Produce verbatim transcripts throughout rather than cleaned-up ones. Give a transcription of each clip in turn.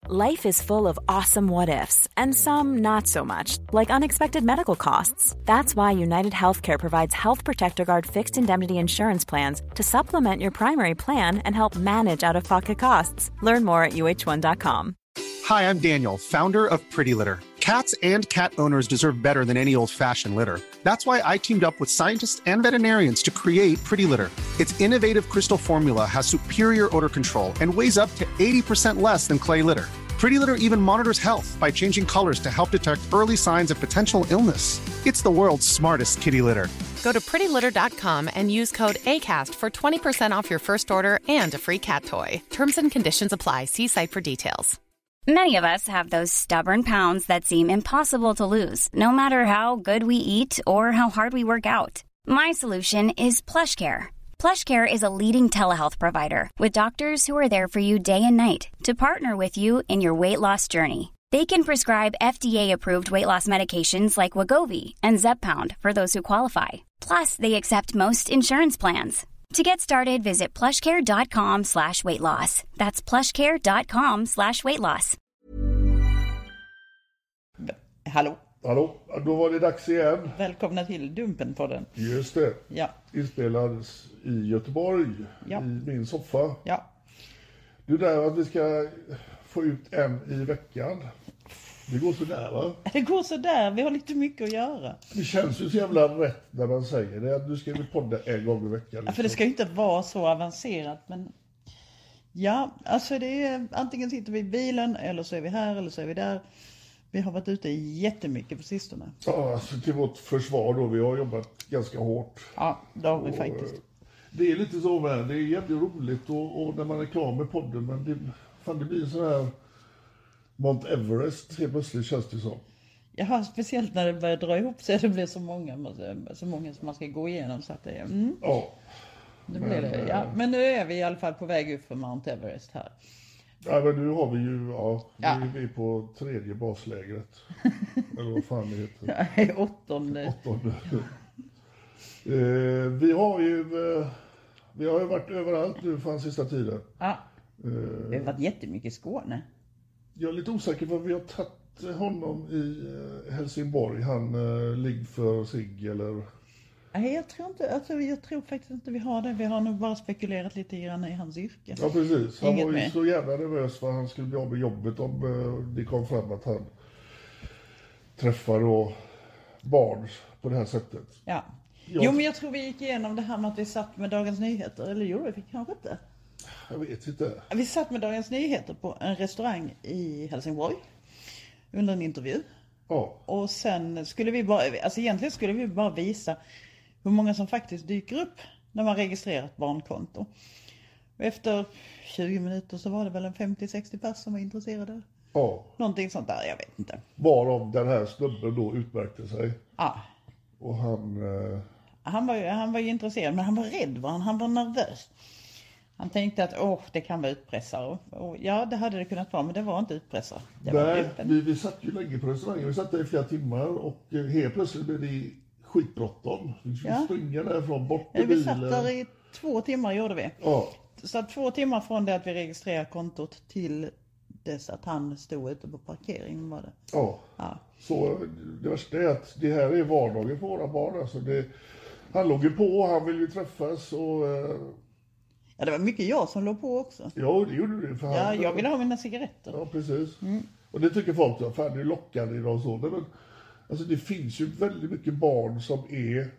Life is full of awesome what-ifs, and some not so much, like unexpected medical costs. That's why United Healthcare provides Health Protector Guard fixed indemnity insurance plans to supplement your primary plan and help manage out-of-pocket costs. Learn more at U H one dot com. Hi, I'm Daniel, founder of Pretty Litter. Cats and cat owners deserve better than any old-fashioned litter. That's why I teamed up with scientists and veterinarians to create Pretty Litter. Its innovative crystal formula has superior odor control and weighs up to eighty percent less than clay litter. Pretty Litter even monitors health by changing colors to help detect early signs of potential illness. It's the world's smartest kitty litter. Go to pretty litter dot com and use code ACAST for twenty percent off your first order and a free cat toy. Terms and conditions apply. See site for details. Many of us have those stubborn pounds that seem impossible to lose, no matter how good we eat or how hard we work out. My solution is PlushCare. PlushCare is a leading telehealth provider with doctors who are there for you day and night to partner with you in your weight loss journey. They can prescribe F D A-approved weight loss medications like Wegovy and Zepbound for those who qualify. Plus, they accept most insurance plans. To get started, visit plushcare.com slash weight loss. That's plushcare.com slash weight loss. Hallå. Hallå, då var det dags igen. Välkomna till Dumpenpodden. Just det. Ja. Inspelades i Göteborg, ja. I min soffa. Ja. Du där att vi ska få ut en i veckan. Det går så där, va? Det går så där, vi har lite mycket att göra. Det känns ju så jävla rätt när man säger det. Att du ska podda en gång i veckan. Liksom. Ja, för det ska ju inte vara så avancerat. Men ja, alltså det är antingen sitter vi i bilen eller så är vi här eller så är vi där. Vi har varit ute jättemycket på sistone. Ja, alltså till vårt försvar då. Vi har jobbat ganska hårt. Ja, det har vi och, faktiskt. Det är lite så, men det är jävligt roligt och, och när man är klar med podden. Men det, fan, det blir så här Mount Everest helt plötsligt, känns det så. Ja, speciellt när det börjar dra ihop sig. Det blir så många, så många som man ska gå igenom. Så att det, mm. Ja. Det blir det. Ja, men nu är vi i alla fall på väg upp för Mount Everest här. Ja, men nu har vi ju, ja, ja. Nu är vi på tredje baslägret. Eller vad fan det heter. Nej, åttonde. Åttonde. eh, vi har ju, eh, vi har ju varit överallt nu för den sista tiden. Ja, eh, vi har varit jättemycket i Skåne. Jag är lite osäker för vi har tagit honom i Helsingborg. Han eh, ligger för sig eller... Nej, jag tror inte, alltså, jag tror faktiskt inte vi har det. Vi har nog bara spekulerat lite grann i hans yrke. Ja, precis. Han Inget var ju med. så jävla nervös för han skulle bli av med jobbet om eh, det kom fram att han träffar då barn på det här sättet. Ja. Jag... Jo, men jag tror vi gick igenom det här med att vi satt med Dagens Nyheter. Eller gjorde vi kanske inte? Jag vet inte. Vi satt med Dagens Nyheter på en restaurang i Helsingborg under en intervju. Ja. Och sen skulle vi bara, alltså egentligen skulle vi bara visa hur många som faktiskt dyker upp när man registrerar ett barnkonto. Och efter tjugo minuter så var det väl en femtio sextio pers som var intresserade. Ja. Någonting sånt där, jag vet inte. Varav den här snubben då utmärkte sig. Ja. Och han... Eh... Han var ju, han var ju intresserad, men han var rädd, var han? Han var nervös. Han tänkte att åh, det kan vara utpressare. Och ja, det hade det kunnat vara, men det var inte utpressare. Det Nej, var vi, vi satt ju länge på restaurangen. Vi satt där i flera timmar och helt plötsligt blev det skitbråttom. Vi skulle ja. springa därifrån, bort ja, i bilen. Vi satt där i två timmar, gjorde vi. Ja. Så två timmar från det att vi registrerade kontot till dess att han stod ute på parkeringen var det. Ja. ja. Så det värsta är att det här är vardagen för våra barn. Alltså det, han låg ju på, han ville ju träffas och... Eh... Ja, det var mycket jag som låg på också. Ja, det gjorde du. För ja, han, jag ville ha mina cigaretter. Ja, precis. Mm. Och det tycker folk så, fan det är lockande idag och så. Men, alltså det finns ju väldigt mycket barn som är...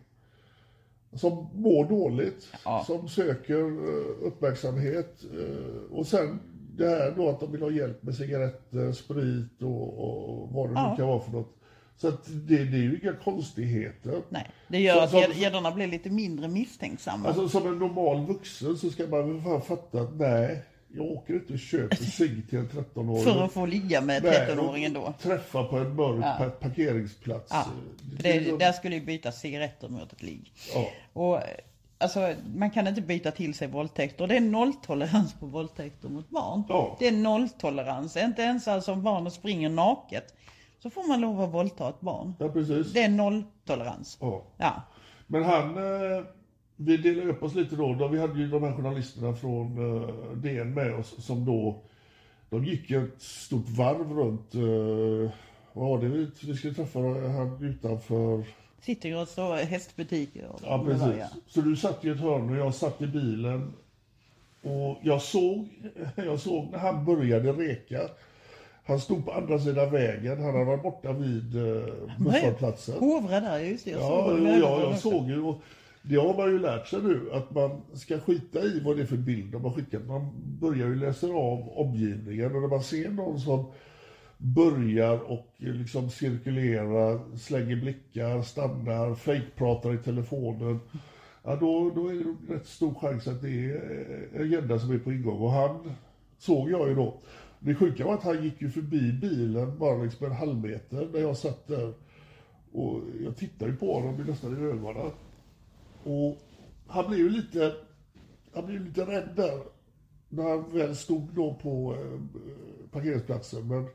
Som mår dåligt. Ja. Som söker uh, uppmärksamhet. Uh, och sen det här då att de vill ha hjälp med cigaretter, sprit och, och vad det ja. nu kan vara för något. Så att det, det är ju inga konstigheter. Nej, det gör så, att gäddorna blir lite mindre misstänksamma. Alltså som en normal vuxen så ska man väl fan fatta att nej, jag åker inte och köper cigg till en tretton-åring. För att få ligga med tretton-åringen då. Träffa på en mörk ja. parkeringsplats. Ja. Det, det, där skulle ju byta cigaretter mot ett ligg. Ja. Och alltså, man kan inte byta till sig våldtäkter. Det är nolltolerans på våldtäkter mot barn. Ja. Det är nolltolerans. Inte ens alltså om barnet springer naket. Så får man lov att våldta ett barn. Ja, precis. Det är nolltolerans. Ja. Ja. Men han, eh, vi delade upp oss lite då. då. Vi hade ju de här journalisterna från eh, D N med oss som då De gick ett stort varv runt, uh, vad var det vi, vi skulle träffa här utanför... Sitter ju och står hästbutiker. Och ja, precis. Var, ja. Så du satt i ett hörn och jag satt i bilen. Och jag såg, jag såg när han började reka. Han stod på andra sidan vägen. Han hade varit borta vid uh, busshållplatsen. Hovra där, just det. Jag ja, såg, ja, jag, jag såg ju. Och det har man ju lärt sig nu. Att man ska skita i vad det är för bild man skickar. Man börjar ju läsa av omgivningen. Och när man ser någon som börjar och liksom cirkulera, slänger blickar, stannar, fejkpratar i telefonen. Ja, då, då är det rätt stor chans att det är en agenda som är på ingång. Och han såg jag ju då. Det sjuka var att han gick ju förbi bilen bara liksom en halv meter när jag satt där. Och jag tittade ju på honom nästan i ögonen. Och han blev ju lite, han blev lite rädd där när han väl stod då på eh, parkeringsplatsen. Men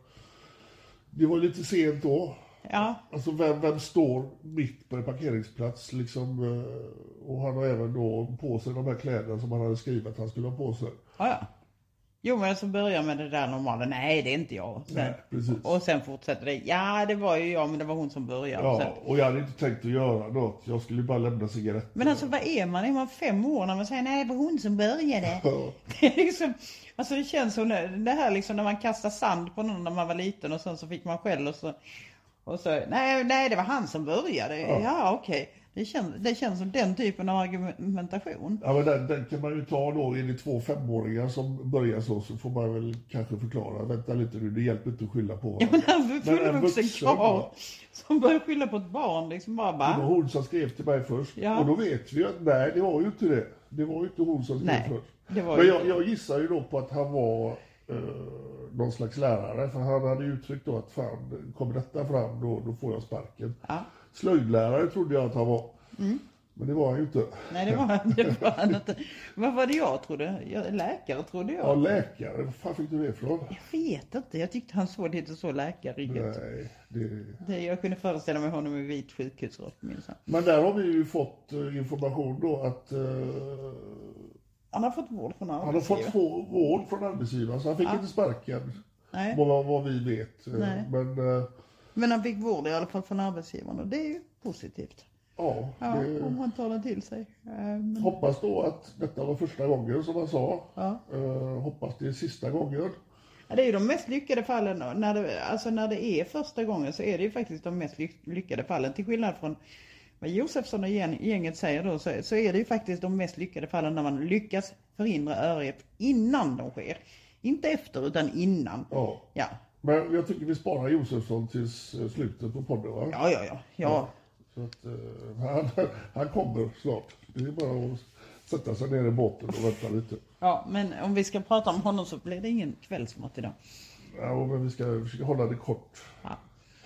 det var lite sent då. Ja. Alltså vem, vem står mitt på en parkeringsplats liksom, och han har även då på sig de här kläderna som han hade skrivit att han skulle ha på sig. Ja, ja. Jo, men så börjar med det där normala. Nej, det är inte jag. Sen, Nej, precis. Och sen fortsätter det. Ja, det var ju jag, men det var hon som började. Ja, sen. och jag hade inte tänkt att göra något. Jag skulle bara lämna cigaretter. Men alltså, vad är man? Är man fem år när man säger nej, det var hon som började? Ja. Det är liksom, alltså det känns som det här liksom när man kastar sand på någon när man var liten och sen så fick man skäll och så, och så nej, nej, det var han som började. Ja, ja okej. Okay. Det känns, det känns som den typen av argumentation. Ja, men den, den kan man ju ta då. Är det två femåringar som börjar så, så får man väl kanske förklara. Vänta lite nu, det hjälper inte att skylla på. Ja, men han fullvuxen karl som börjar skylla på ett barn. Liksom bara, bara. Det var hon som skrev till mig först. Ja. Och då vet vi att nej, det var ju inte det. Det var ju inte hon som skrev nej, först. Det var men ju jag, jag gissar ju då på att han var eh, någon slags lärare. För han hade uttryckt då att fan, kommer detta fram då, då får jag sparken. Ja. Slöjdlärare trodde jag att han var. Mm. Men det var han ju inte. Nej, det var, det var han inte. Vad var det jag trodde? Jag, läkare trodde jag. Ja, läkare. Vad fan fick du det ifrån? Jag vet inte. Jag tyckte han såg lite så läkarrygget. Nej, det... det... Jag kunde föreställa mig honom i vit sjukhusrock, minns jag. Men där har vi ju fått uh, information då att... Uh... Han har fått vård från arbetsgivaren. Han har fått få vård från arbetsgivaren. Så han fick ja. inte sparken. Nej. Vad, vad vi vet. Nej. Men, uh... Men han fick vård i alla fall från arbetsgivaren. Och det är ju positivt. Ja, ja det... om man tar det till sig. Men... Hoppas då att detta var första gången som han sa. Ja. Uh, hoppas det är sista gången. Ja, det är ju de mest lyckade fallen. När det, alltså när det är första gången så är det ju faktiskt de mest lyckade fallen. Till skillnad från vad Josefsson och gänget säger då, så, så är det ju faktiskt de mest lyckade fallen när man lyckas förhindra övergrepp innan de sker. Inte efter utan innan. Ja. Ja. Men jag tycker vi sparar Josefsson till slutet på podden, va? Ja, ja, ja. ja. ja. Så att, uh, han, han kommer snart. Det är bara att sätta sig ner i båten och vänta lite. Ja, men om vi ska prata om honom så blir det ingen kvällsmat idag. Ja, men vi ska försöka hålla det kort. Ja.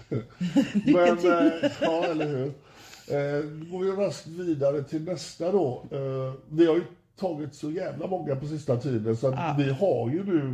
men, uh, ja, eller hur? Uh, går vi raskt vidare till nästa då. Uh, vi har ju tagit så jävla många på sista tiden så att ja. vi har ju nu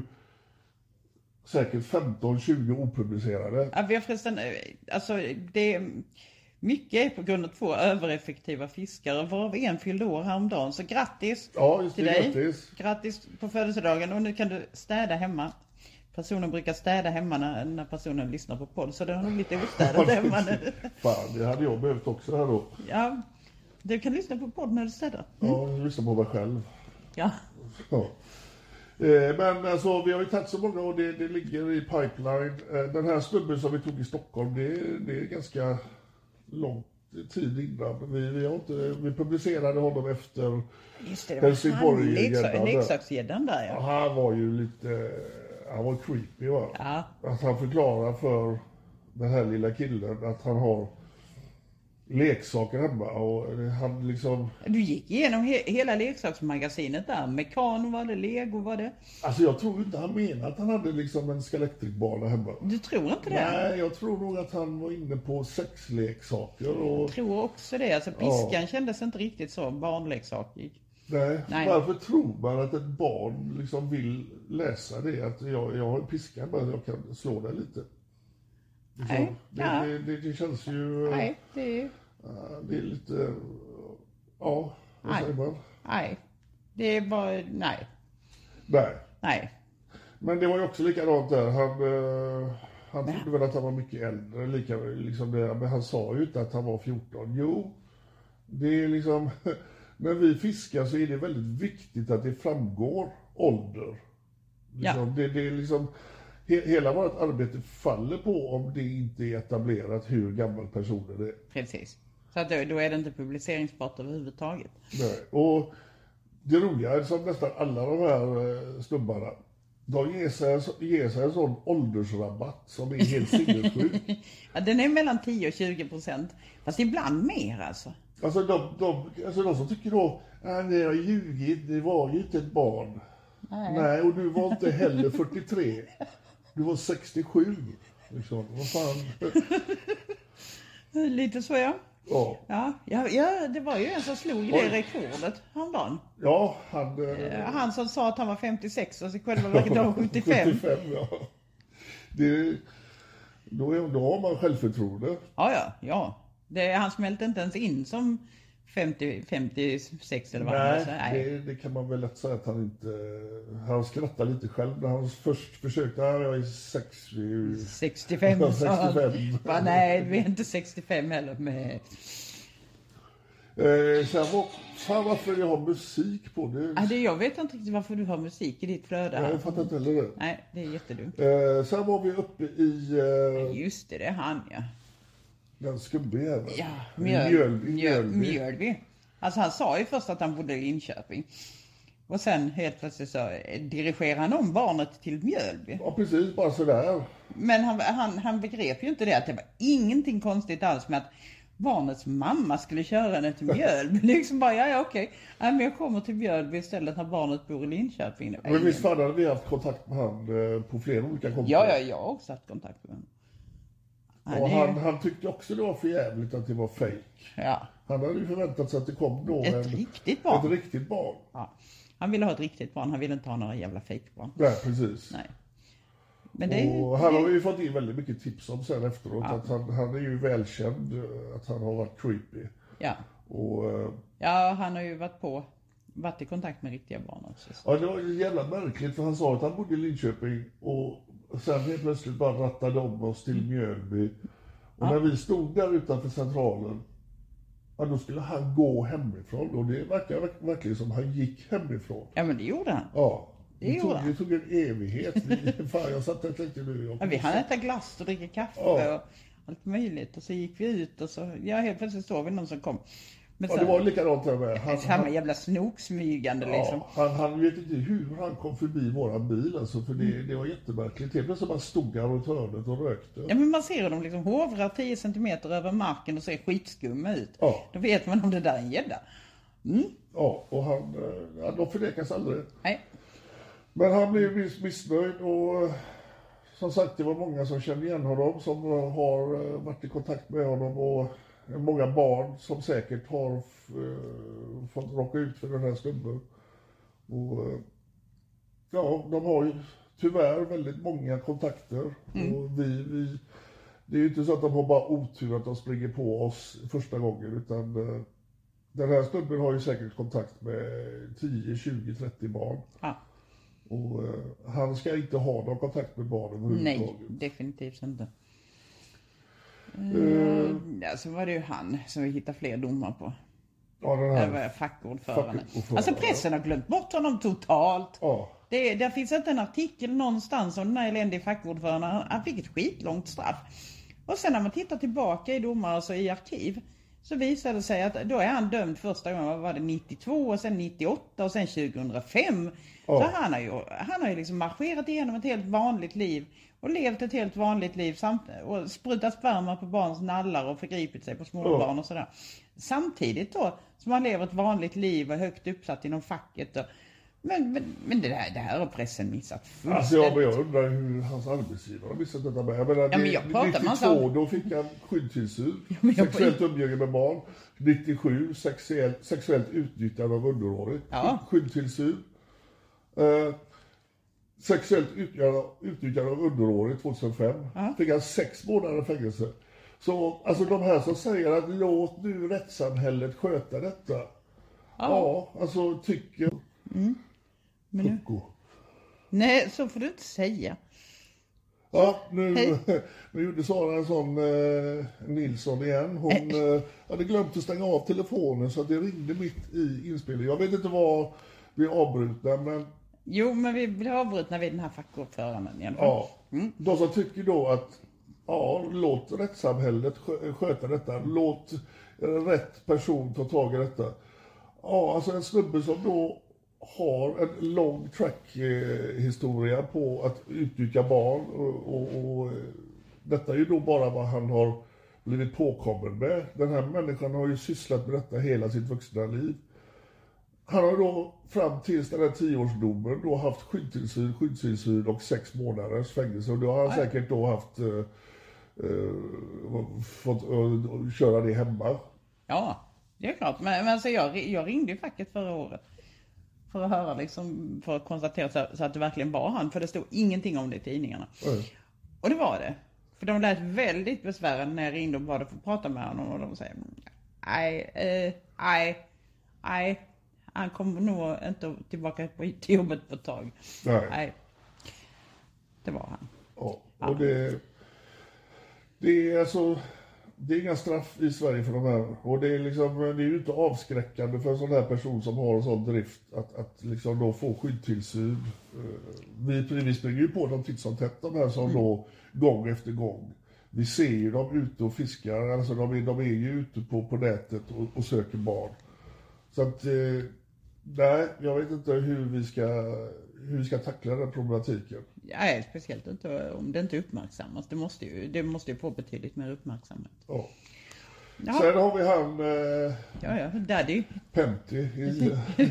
säkert femton tjugo opublicerade. Ja, vi har förresten, alltså det är mycket är på grund av två övereffektiva fiskare, varav en fyllde år häromdagen. Så grattis ja, just det, till dig. Grattis. Grattis på födelsedagen och nu kan du städa hemma. Personen brukar städa hemma när, när personen lyssnar på podd, så det har nog blivit ostädat hemma nu. Fan, det hade jag behövt också här då. Ja, du kan lyssna på podd när du städar. Mm. Ja, jag lyssnar på mig själv. Ja. Ja. Men alltså, vi har ju tagit så många och det, det ligger i pipeline. Den här snubben som vi tog i Stockholm, det, det är ganska lång tid innan. Vi, vi, har inte, vi publicerade honom efter Just det, det Helsingborg. Leksa, leksaksgäddan där, ja. Han var ju lite, han var creepy, va? Ja. Att han förklarar för den här lilla killen att han har leksaker hemma och han liksom... Du gick igenom he- hela leksaksmagasinet där. Mekan var det, Lego var det. Alltså jag tror inte han menar att han hade liksom en Skeletrikbana hemma. Du tror inte det? Nej, jag tror nog att han var inne på sexleksaker. Och... Jag tror också det. Alltså piskan ja. kändes inte riktigt så barnleksakig. Nej. Nej, varför tror man att ett barn liksom vill läsa det? Att jag, jag har en piska men jag kan slå dig lite. Liksom, nej, det, ja. det, det, det känns ju... Nej, det är... Det är lite... Ja, vad nej. säger man? Nej, det är bara... Nej. Nej. Nej. Men det var ju också likadant där. Han, uh, han trodde väl att han var mycket äldre. Lika, liksom det, men han sa ju inte att han var fjorton. Jo, det är liksom... När vi fiskar så är det väldigt viktigt att det framgår ålder. Liksom, ja. det, det är liksom... Hela vårt arbete faller på om det inte är etablerat hur gammal personen är. Precis. Så att då, då är det inte publiceringsbart överhuvudtaget. Nej, och det roliga är som nästan alla de här snubbarna, de ger sig, ger sig en sån åldersrabatt som är helt sinnessjuk. Ja, den är mellan tio och tjugo procent. Fast ibland mer alltså. Alltså de, de, alltså de som tycker då, att ni har ljugit, det var ju inte ett barn. Nej. Nej, och du var inte heller fyrtiotre. Du var sextiosju. Liksom. Vad fan? Lite så, ja. Ja. Ja, ja, ja, det var ju en som slog det rekordet häromdagen. Ja, han... Eh... Han som sa att han var femtiosex och så själva verket var sjuttiofem. sjuttiofem, ja. Det, då, är, då har man självförtroende. Ja, ja, ja. Det, han smälte inte ens in som femtio, femtiosex eller vad Nej, han sa. Nej, det, det kan man väl lätt säga att han inte... Han skrattar lite själv när han först försökte. Här jag är sextio, sextiofem. sextiofem. Va, nej, vi är inte sextiofem heller med... Eh, sen var, fan varför jag har musik på det. Ja, det jag vet inte riktigt varför du har musik i ditt flöde. Nej, jag fattar inte heller det. Nej, det är jättedumt. Eh, sen var vi uppe i... Eh, Just det, det är han, ja. Den skumbe. Ja, Mjölby. Mjölby. Mjölby. Alltså han sa ju först att han bodde i Linköping. Och sen helt plötsligt så dirigerade han om barnet till Mjölby. Ja, precis. Bara sådär. Men han, han, han begrep ju inte det. Att det var ingenting konstigt alls med att barnets mamma skulle köra henne till Mjölby. Liksom bara, ja, ja okej. Ja, men jag kommer till Mjölby istället när barnet bor i Linköping. Men ingen... visst fan hade vi haft kontakt med han på flera olika konton? Ja, ja, jag har också haft kontakt med honom. Ja, och han, han tyckte också det var för jävligt att det var fake. Ja. Han hade ju förväntat sig att det kom då ett en, riktigt barn. Ett riktigt barn. Ja. Han ville ha ett riktigt barn, han ville inte ha några jävla fake-barn. Nej, precis. Nej. Men det, och han det... har ju fått in väldigt mycket tips om sen efteråt. Ja. Att han, han är ju välkänd att han har varit creepy. Ja. Och, ja, han har ju varit på varit i kontakt med riktiga barn också. Ja, det var ju jävla märkligt för han sa att han bodde i Linköping och sen helt plötsligt bara rattade om oss till Mjölby. Och ja. När vi stod där utanför centralen, ja, då skulle han gå hemifrån. Och det verkar verkligen som han gick hemifrån. Ja, men det gjorde han. Ja, det, det, tog, han. det tog en evighet. Vi, fan, jag satt där och tänkte nu. Jag ja, vi hann äta glass och dricka kaffe ja. Och allt möjligt. Och så gick vi ut och så, ja, helt plötsligt såg vi någon som kom. Men ja, sen, det var likadant där med. Han, samma jävla snoksmygande ja, liksom. Han, han vet inte hur han kom förbi våran bil alltså, för det, mm. det var jättemärkligt. Helt plötsligt bara stod han runt hörnet och rökte. Ja, men man ser dem liksom hovrar tio centimeter över marken och ser skitskumma ut. Ja. Då vet man om det där är en gädda. Mm. Ja, och han, ja, de förnekas aldrig. Nej. Men han blev miss, missnöjd och som sagt det var många som kände igen honom som har varit i kontakt med honom och många barn som säkert har uh, fått råka ut för den här snubben. Och uh, ja, de har ju tyvärr väldigt många kontakter. Mm. Och vi, vi, det är ju inte så att de har bara otur att de springer på oss första gången utan uh, den här snubben har ju säkert kontakt med tio, tjugo, trettio barn. Ja. Och uh, han ska inte ha någon kontakt med barnen. Nej, definitivt inte. Uh, ja, så var det ju han som vi hittade fler domar på. Ja, den här det var fackordförande. Alltså pressen har glömt bort honom totalt. Ja. Det, där finns inte en artikel någonstans om den här eländiga fackordföranden. Han, han fick ett skitlångt straff. Och sen när man tittar tillbaka i domar, alltså i arkiv, så visar det sig att då är han dömd första gången, var det nittiotvå och sen nittioåtta och sen tjugohundrafem. Ja. Så han har ju, han har ju liksom marscherat igenom ett helt vanligt liv och levt ett helt vanligt liv samt, och sprutat sperma på barns nallar och förgripit sig på småbarn och sådär. Samtidigt då som han lever ett vanligt liv och högt uppsatt inom facket. Och, men, men, men det, här, det här har pressen missat fullständigt. Alltså jag, jag undrar hur hans arbetsgivare har missat detta med. Jag menar, ja, men jag nittiotvå då fick han skyddstillsyn, ja, sexuellt umgänge med barn. nittiosju sexuellt, sexuellt utnyttjande av underårig, ja. Skyddstillsyn. Uh, sexuellt utnyttjande, utnyttjande av underårig tjugohundrafem. Ja. Fick han sex månader fängelse. Så alltså de här som säger att låt nu rättssamhället sköta detta. Ja, ja alltså tycker... Mm. Men nu, Nej, så får du inte säga. Ja, nu, Hej. nu gjorde Sara en sån eh, Nilsson igen. Hon eh, hade glömt att stänga av telefonen så att det ringde mitt i inspelningen. Jag vet inte vad vi avbrutna, men... Jo, men vi blir avbrutna vid den här fackuppföranden i alla fall. Ja, de som tycker då att ja, låt rättssamhället skö- sköta detta. Låt rätt person ta tag i detta. Ja, alltså en snubbe som då har en lång track-historia på att utnyttja barn och, och, och detta är ju då bara vad han har blivit påkommen med. Den här människan har ju sysslat med detta hela sitt vuxna liv. Han har då fram tills den här tioårsdomen då haft skyddstillsyn, skyddstillsyn och sex månaders fängelse. Och då har han Aj. säkert då haft uh, uh, fått uh, köra det hemma. Ja, det är klart. Men, men alltså jag, jag ringde ju facket förra året. För att höra liksom, för att konstatera så, så att det verkligen var han. För det stod ingenting om det i tidningarna. Mm. Och det var det. För de lät väldigt besvärande när jag ringde och bad att få prata med honom. Och de säger, nej, eh, nej, nej. Han kommer nog inte tillbaka till jobbet på ett tag. Nej. Nej. Det var han. Ja, och det, det är alltså, det är inga straff i Sverige för de här. Och det är liksom, det är ju inte avskräckande för en sån här person som har en sån drift att, att liksom då få skyddstillsyn. Vi, vi springer ju på dem titt som tätt, de här som mm. då gång efter gång. Vi ser ju dem ute och fiskar, alltså de är, de är ju ute på, på nätet och, och söker barn. Så att, eh, nej, jag vet inte hur vi ska, hur vi ska tackla den problematiken. Nej, speciellt inte om det inte uppmärksammas. Det måste ju, det måste ju få betydligt mer uppmärksamhet. Ja. Ja. Sen har vi han... Eh, ja, ja, Daddy. Pentti. I,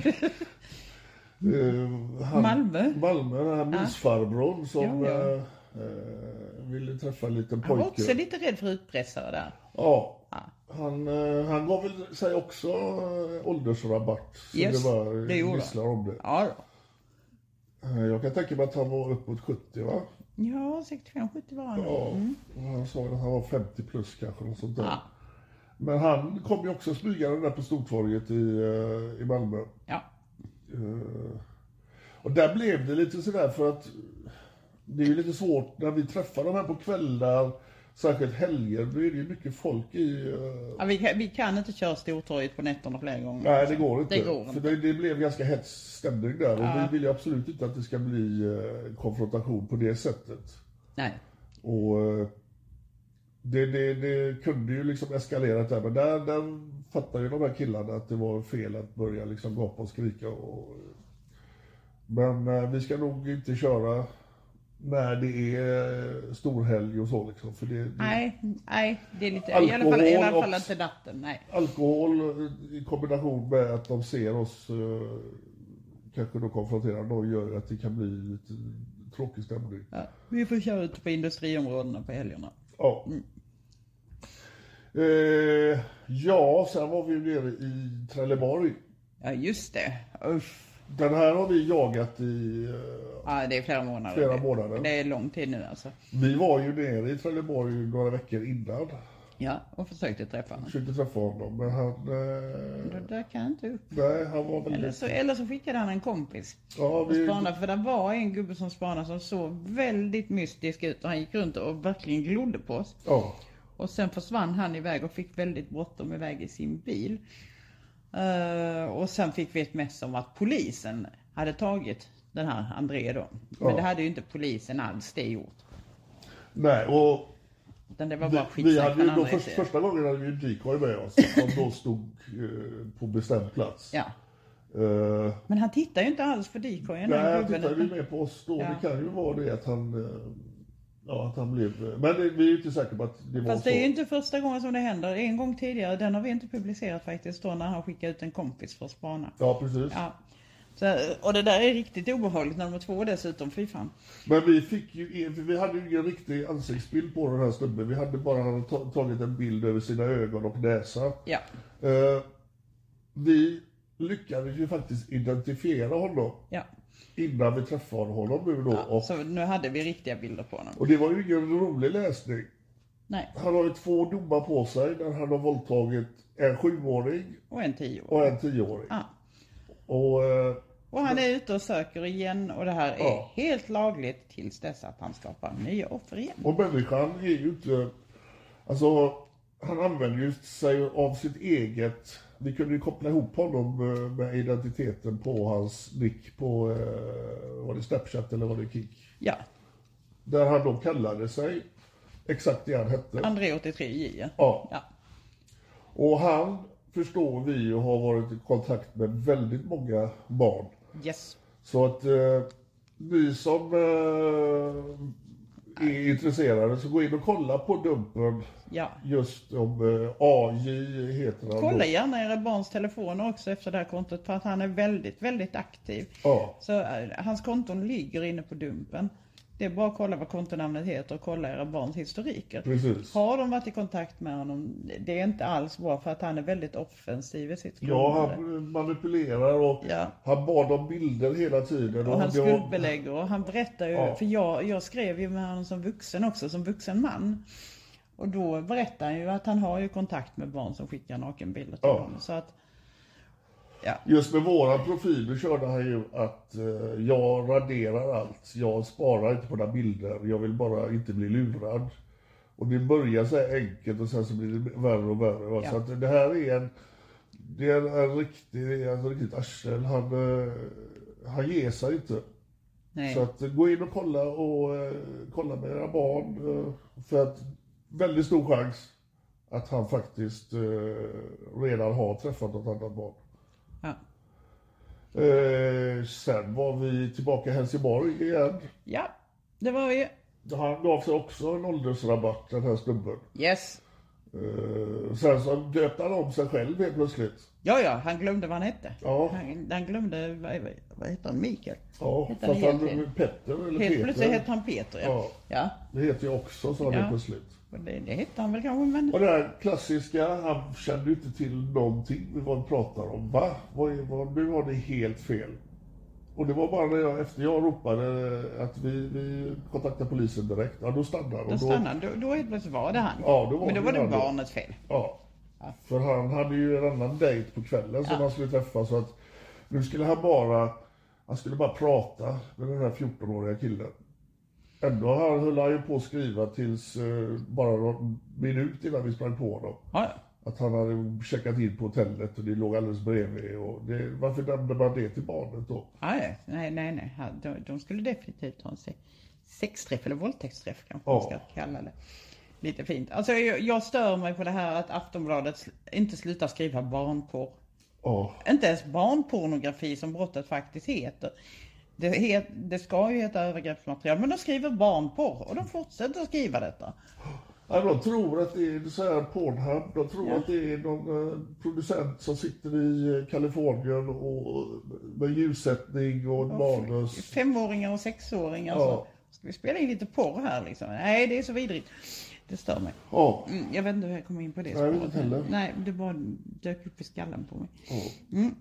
eh, han, Malmö. Malmö, den här mysfarbrorn som Ja, ja. Eh, ville träffa en liten Han pojke. var också lite rädd för utpressare där. Ja. Ja. Han, eh, han gav väl sig också eh, åldersrabatt. Så Yes, det var det gjorde visslar om det. Ja då. Eh, Jag kan tänka mig att han var uppåt sjuttio, va? Ja, sextiofem sjuttio var han. Ja, Mm. och han sa att han var femtio plus kanske, något sånt där. Ja. Men han kom ju också smygande där på Stortorget i, eh, i Malmö. Ja. Uh, och där blev det lite sådär för att det är ju lite svårt när vi träffar de här på kvällar, särskilt helger, då är det ju mycket folk i... Uh... Ja, vi, kan, vi kan inte köra Stortorget på nätterna flera gånger. Nej, det går inte. Det går för inte. det, det blev ganska hets stämning där och Ja. vi vill ju absolut inte att det ska bli uh, konfrontation på det sättet. Nej. Och uh, det, det, det kunde ju liksom eskalera där, men där, där fattar ju de här killarna att det var fel att börja liksom gapa och skrika. Och, men uh, vi ska nog inte köra när det är storhelg och så liksom. För det, det, Nej, nej, det är lite, Alkohol i alla fall, i alla fall och- inte natten, nej. Alkohol i kombination med att de ser oss uh, kanske då konfronterar, då gör ju att det kan bli lite tråkig stämning. Ja, vi får köra ut på industriområdena på helgerna. Ja. Mm. Eh, ja, sen var vi ju nere i Trelleborg. Ja, just det. Uff. Den här har vi jagat i... eh, Ja, det är flera månader. Flera Det- månader. Det är lång tid nu alltså. Vi var ju nere i Trelleborg några veckor innan. Ja, och försökte träffa honom. Försökte träffa honom, men han... Eh, Det där kan jag inte upp. nej, han var väldigt... Eller så, eller så skickade han en kompis Ja, och vi... spanade, för det var en gubbe som spanade som såg väldigt mystisk ut och han gick runt och verkligen glodde på oss. Ja. Och sen försvann han iväg och fick väldigt bråttom iväg i sin bil. Uh, och sen fick vi ett mess om att polisen hade tagit den här André då. Men Ja. det hade ju inte polisen alls det gjort. Nej, och... Utan det var Vi, bara vi skitsnack hade ju från då André först, sida. första gången hade vi en decoy med oss som då stod eh, på bestämd plats. Ja. Eh, Men han tittar ju inte alls på decoyen. nej, den han gubben, tittade ju utan- med på oss då. Ja. Det kan ju vara det att han... eh, ja, att han blev... Men det, vi är ju inte säkra på att det var Fast så. det är ju inte första gången som det händer. En gång tidigare, den har vi inte publicerat faktiskt då när han skickade ut en kompis för att spana. Ja, precis. Ja. Så, och det där är riktigt obehagligt när de är två dessutom, fy fan. Men vi fick ju, för vi hade ju ingen riktig ansiktsbild på den här snubben. Vi hade bara ta- tagit en bild över sina ögon och näsa. Ja. Eh, vi lyckades ju faktiskt identifiera honom Ja. innan vi träffade honom nu då. Ja, och, så nu hade vi riktiga bilder på honom. och det var ju ingen rolig läsning. Nej, Han har ju två domar på sig där han har våldtagit en sjuåring och en tio år. och en tioåring. Ja. Och eh, Och han är ute och söker igen och det här är Ja. helt lagligt tills dess att han skapar nya offer igen. Och människan är ju inte, alltså han använder ju sig av sitt eget, vi kunde ju koppla ihop honom med identiteten på hans nick på, eh, var det Snapchat eller var det Kik? Ja, Där han då kallade sig exakt det han hette. André åttiotre J. Ja. Ja. Och han förstår vi ju har varit i kontakt med väldigt många barn. Yes. Så att eh, ni som eh, är intresserade så gå in och kolla på Dumpen. Ja. Just om eh, A J heter han. Kolla då. gärna era barns telefoner också efter det här kontot för att han är väldigt, väldigt aktiv. Ja. Så äh, hans konton ligger inne på Dumpen. Det är bara att kolla vad kontonamnet heter och kolla era barns historiker. Precis. Har de varit i kontakt med honom? Det är inte alls bra för att han är väldigt offensiv i sitt Ja, skrivande. han manipulerar och Ja. han bad om bilder hela tiden. Och han det var- skuldbelägger och han berättar ju, Ja. för jag, jag skrev ju med honom som vuxen också, som vuxen man. Och då berättar han ju att han har ju kontakt med barn som skickar nakenbilder till Ja. honom. Så att, ja. Just med våran profil då körde han ju att eh, jag raderar allt. Jag sparar inte på några bilder. Jag vill bara inte bli lurad. Och det börjar så här enkelt och sen så blir det värre och värre. Va? Ja. Så att det här är en, det är en, en riktig, det är en riktigt arsel. Han, eh, han ger sig inte. Nej. Så att eh, gå in och kolla och eh, kolla med era barn. Eh, för att väldigt stor chans att han faktiskt eh, redan har träffat något annat barn. Ja. Eh, sen var vi tillbaka i Helsingborg igen. Ja, det var ju... Han gav sig också en åldersrabatt, den här snubben. Yes. Eh, sen så döpte han om sig själv helt plötsligt. Ja, ja, han glömde vad han hette. Ja. Han, han glömde, vad, vad, vad heter han, Mikael? Ja, Hette han fast han, egentligen? Petter eller Helt Peter. plötsligt hette han Peter, ja. Ja. Ja, Det heter jag också, sa han Ja. helt plötsligt. och det, det hette han väl kanske, men... Och det här klassiska, han kände ju inte till någonting vi vad vi pratar om. Va? Vad, är- vad, nu var det helt fel. Och det var bara när jag, efter jag ropade att vi, vi kontaktade polisen direkt. Ja, då stannade han. Då Och stannade han, då, då helt plötsligt var det han. Ja, då var men då det var det han. barnets fel. Ja. För han hade ju en annan dejt på kvällen som Ja. han skulle träffa. Så att nu skulle han bara, han skulle bara prata med den här fjortonåriga killen. Ändå han höll han ju på att skriva tills eh, bara någon minut innan vi sprang på honom. Ja, Att han hade checkat in på hotellet och det låg alldeles bredvid. Och det, varför nämnde man det till barnet då? ja, ja. nej, nej, nej. Han- De, de skulle definitivt ha en se- sexträff eller våldtäktsträff kanske Ja. man ska kalla det. Lite fint. Alltså jag, jag stör mig på det här att Aftonbladet sl- inte slutar skriva barnporr. Ja, Inte ens barnpornografi som brottet faktiskt heter. Det, het, det ska ju heta övergreppsmaterial, men de skriver barnporr och de fortsätter att skriva detta. Ja, de tror att det är så här Pornhub. De tror Ja. att det är någon eh, producent som sitter i eh, Kalifornien och med ljussättning och ett manus. Femåringar och sexåringar. Ja. Så ska vi spela in lite porr här liksom? Nej, det är så vidrigt. Det stör mig. Ja, Mm, jag vet inte hur jag kom in på det. Nej, jag vet spåret. inte heller. Nej, det bara dök upp i skallen på mig. ja. Mm.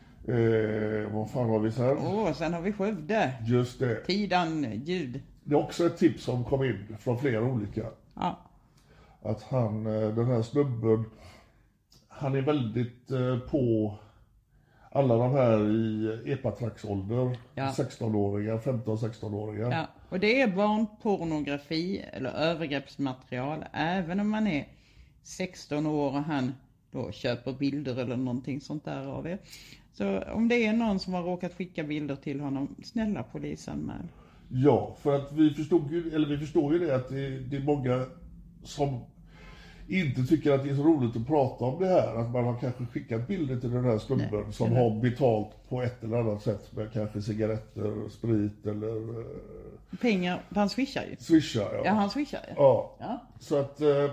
Eh, vad fan har vi sen? Åh, sen har vi Skövde. Just det. Tidan, ljud. Det är också ett tips som kom in från flera olika. Ja. Att han, eh, den här snubben, han är väldigt eh, på alla de här i epatraxålder. Ja. sexton-åringar, femton-sexton-åringar. Ja, och det är barnpornografi eller övergreppsmaterial även om man är sexton år och han då köper bilder eller någonting sånt där av er. Så om det är någon som har råkat skicka bilder till honom, snälla polisen med. Ja, för att vi förstod ju, eller vi förstår ju det att det, det är många som inte tycker att det är så roligt att prata om det här. Att man har kanske skickat bilder till den här snubben Nej, som eller- har betalt på ett eller annat sätt med kanske cigaretter, sprit eller eh, Pengar, han swishar ju. swishar. Ja. Ja, han swishar ju. Ja. Ja. Så att eh,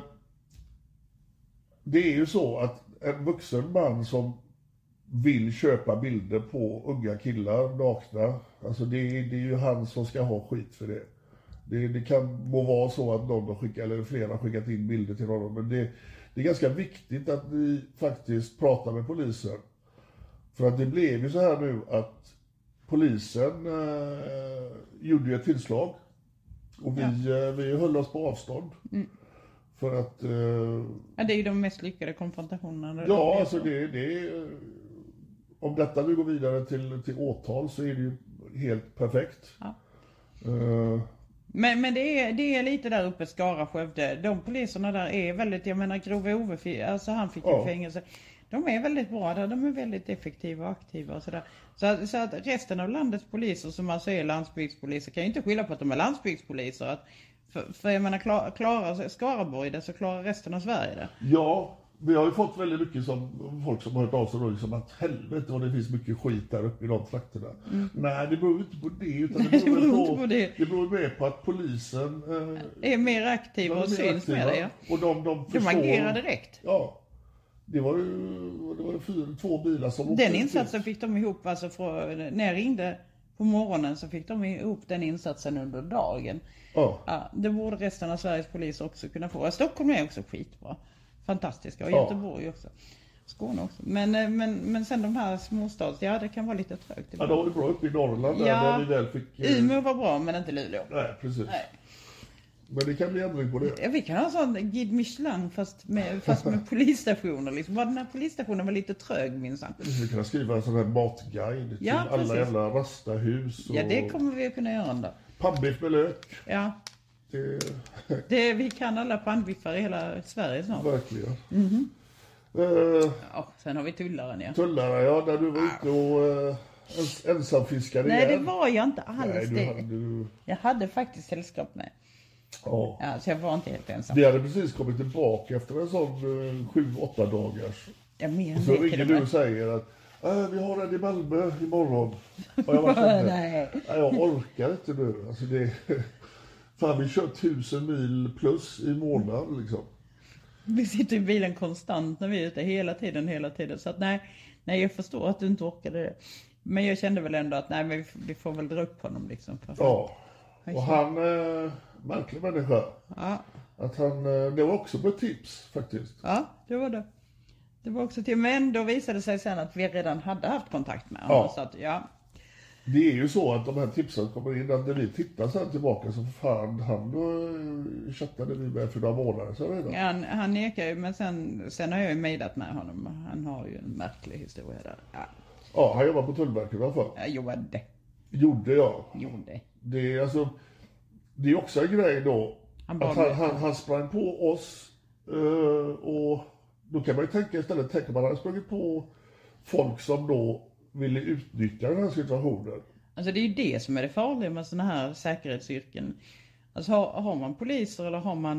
det är ju så att en vuxen man som vill köpa bilder på unga killar nakna, alltså det, är- det är ju han som ska ha skit för det. Det, det kan må vara så att någon har skickat, eller flera har skickat in bilder till honom, men det, det är ganska viktigt att vi faktiskt pratar med polisen. För att det blev ju så här nu att polisen eh, gjorde ju ett tillslag och vi, eh, vi höll oss på avstånd. För att, eh, Ja, det är ju de mest lyckade konfrontationerna. ja alltså det, det om detta nu går vidare till, till åtal så är det ju helt perfekt. Ja. Uh, Men, men det, är, det är lite där uppe, Skara, Skövde. De poliserna där är väldigt, jag menar Grove Ove, alltså han fick ja. ju fängelse. De är väldigt bra där, de är väldigt effektiva och aktiva och sådär. Så att, så att resten av landets poliser som alltså är landsbygdspoliser kan ju inte skylla på att de är landsbygdspoliser. Att, för, för jag menar, klar, klarar Skaraborg det så klarar resten av Sverige det. Ja, vi har ju fått väldigt mycket som folk som har hört av sig då, liksom att helvete och det finns mycket skit där uppe i de trakterna. Mm. Nej, det beror inte på det, utan det beror, det beror, på, på det. Det beror mer på att polisen eh, är mer aktiva och syns aktiva, med det. Ja. Och de, de, förstår, de agerar direkt. Ja, det var ju, det var ju fyra, två bilar som... Den insatsen fick de ihop, alltså från, när jag ringde på morgonen så fick de ihop den insatsen under dagen. Ja. Ja, det borde resten av Sveriges polis också kunna få. Stockholm är också skitbra. Fantastiska. Och ja. Göteborg också. Skåne också. Men, men, men sen de här småstads, ja det kan vara lite trögt. Ja, då var det bra uppe i Norrland där, ja, där vi väl fick... Eh... Umeå var bra men inte Luleå. Nej, precis. Nej. Men det kan bli ändring på det. Ja, vi kan ha en sån Guide Michelin fast med, fast med polisstationer. Liksom. Bara den här polisstationen var lite trög minsann. Vi kan skriva en sån här matguide till ja, alla jävla rastahus. Och... Ja, det kommer vi att kunna göra ändå. Pannbiff med lök. Ja. Det... det, vi kan alla pannbiffar i hela Sverige snart. Verkligen. Mm-hmm. Uh, ja, sen har vi tullaren, ja. Tullaren, ja, när du var ute och uh, ens, ensamfiskade. Nej, igen. det var jag inte alls. Nej, du det. hade, du... Jag hade faktiskt sällskap med. Ja. Ja, så jag var inte helt ensam. Vi hade precis kommit tillbaka efter en sån uh, sju, åtta dagars. Ja, men och så ringer du och säger att äh, vi har en i Malmö imorgon. Och jag bara kände, nej. nej, jag orkar inte nu. Alltså det, fan, vi kör tusen mil plus i månaden liksom. Vi sitter i bilen konstant när vi är ute hela tiden, hela tiden. Så att nej, nej jag förstår att du inte orkade det. Men jag kände väl ändå att nej, men vi, vi får väl dra upp honom liksom. Ja, och han, äh, märklig människa. Ja. Att han, äh, det var också på tips faktiskt. Ja, det var det. Det var också till, men då visade det sig sen att vi redan hade haft kontakt med honom. Ja. Så att, ja. Det är ju så att de här tipsen kommer in, att när vi tittar sen tillbaka så fan, han då chattade vi med för några månader sedan redan. Ja, han, han nekar ju, men sen, sen har jag ju mejdat med honom. Han har ju en märklig historia där. Ja, ja han jobbar på Tullverket i alla fall. Jag jobbade. Gjorde jag. Gjorde. Det är alltså, det är också en grej då. Han att han, han, han sprang på oss uh, och då kan man ju tänka istället, tänk om man hade sprungit på folk som då ville utnyttja den här situationen. Alltså det är ju det som är det farliga med såna här säkerhetsyrken. Alltså har, har man poliser eller har man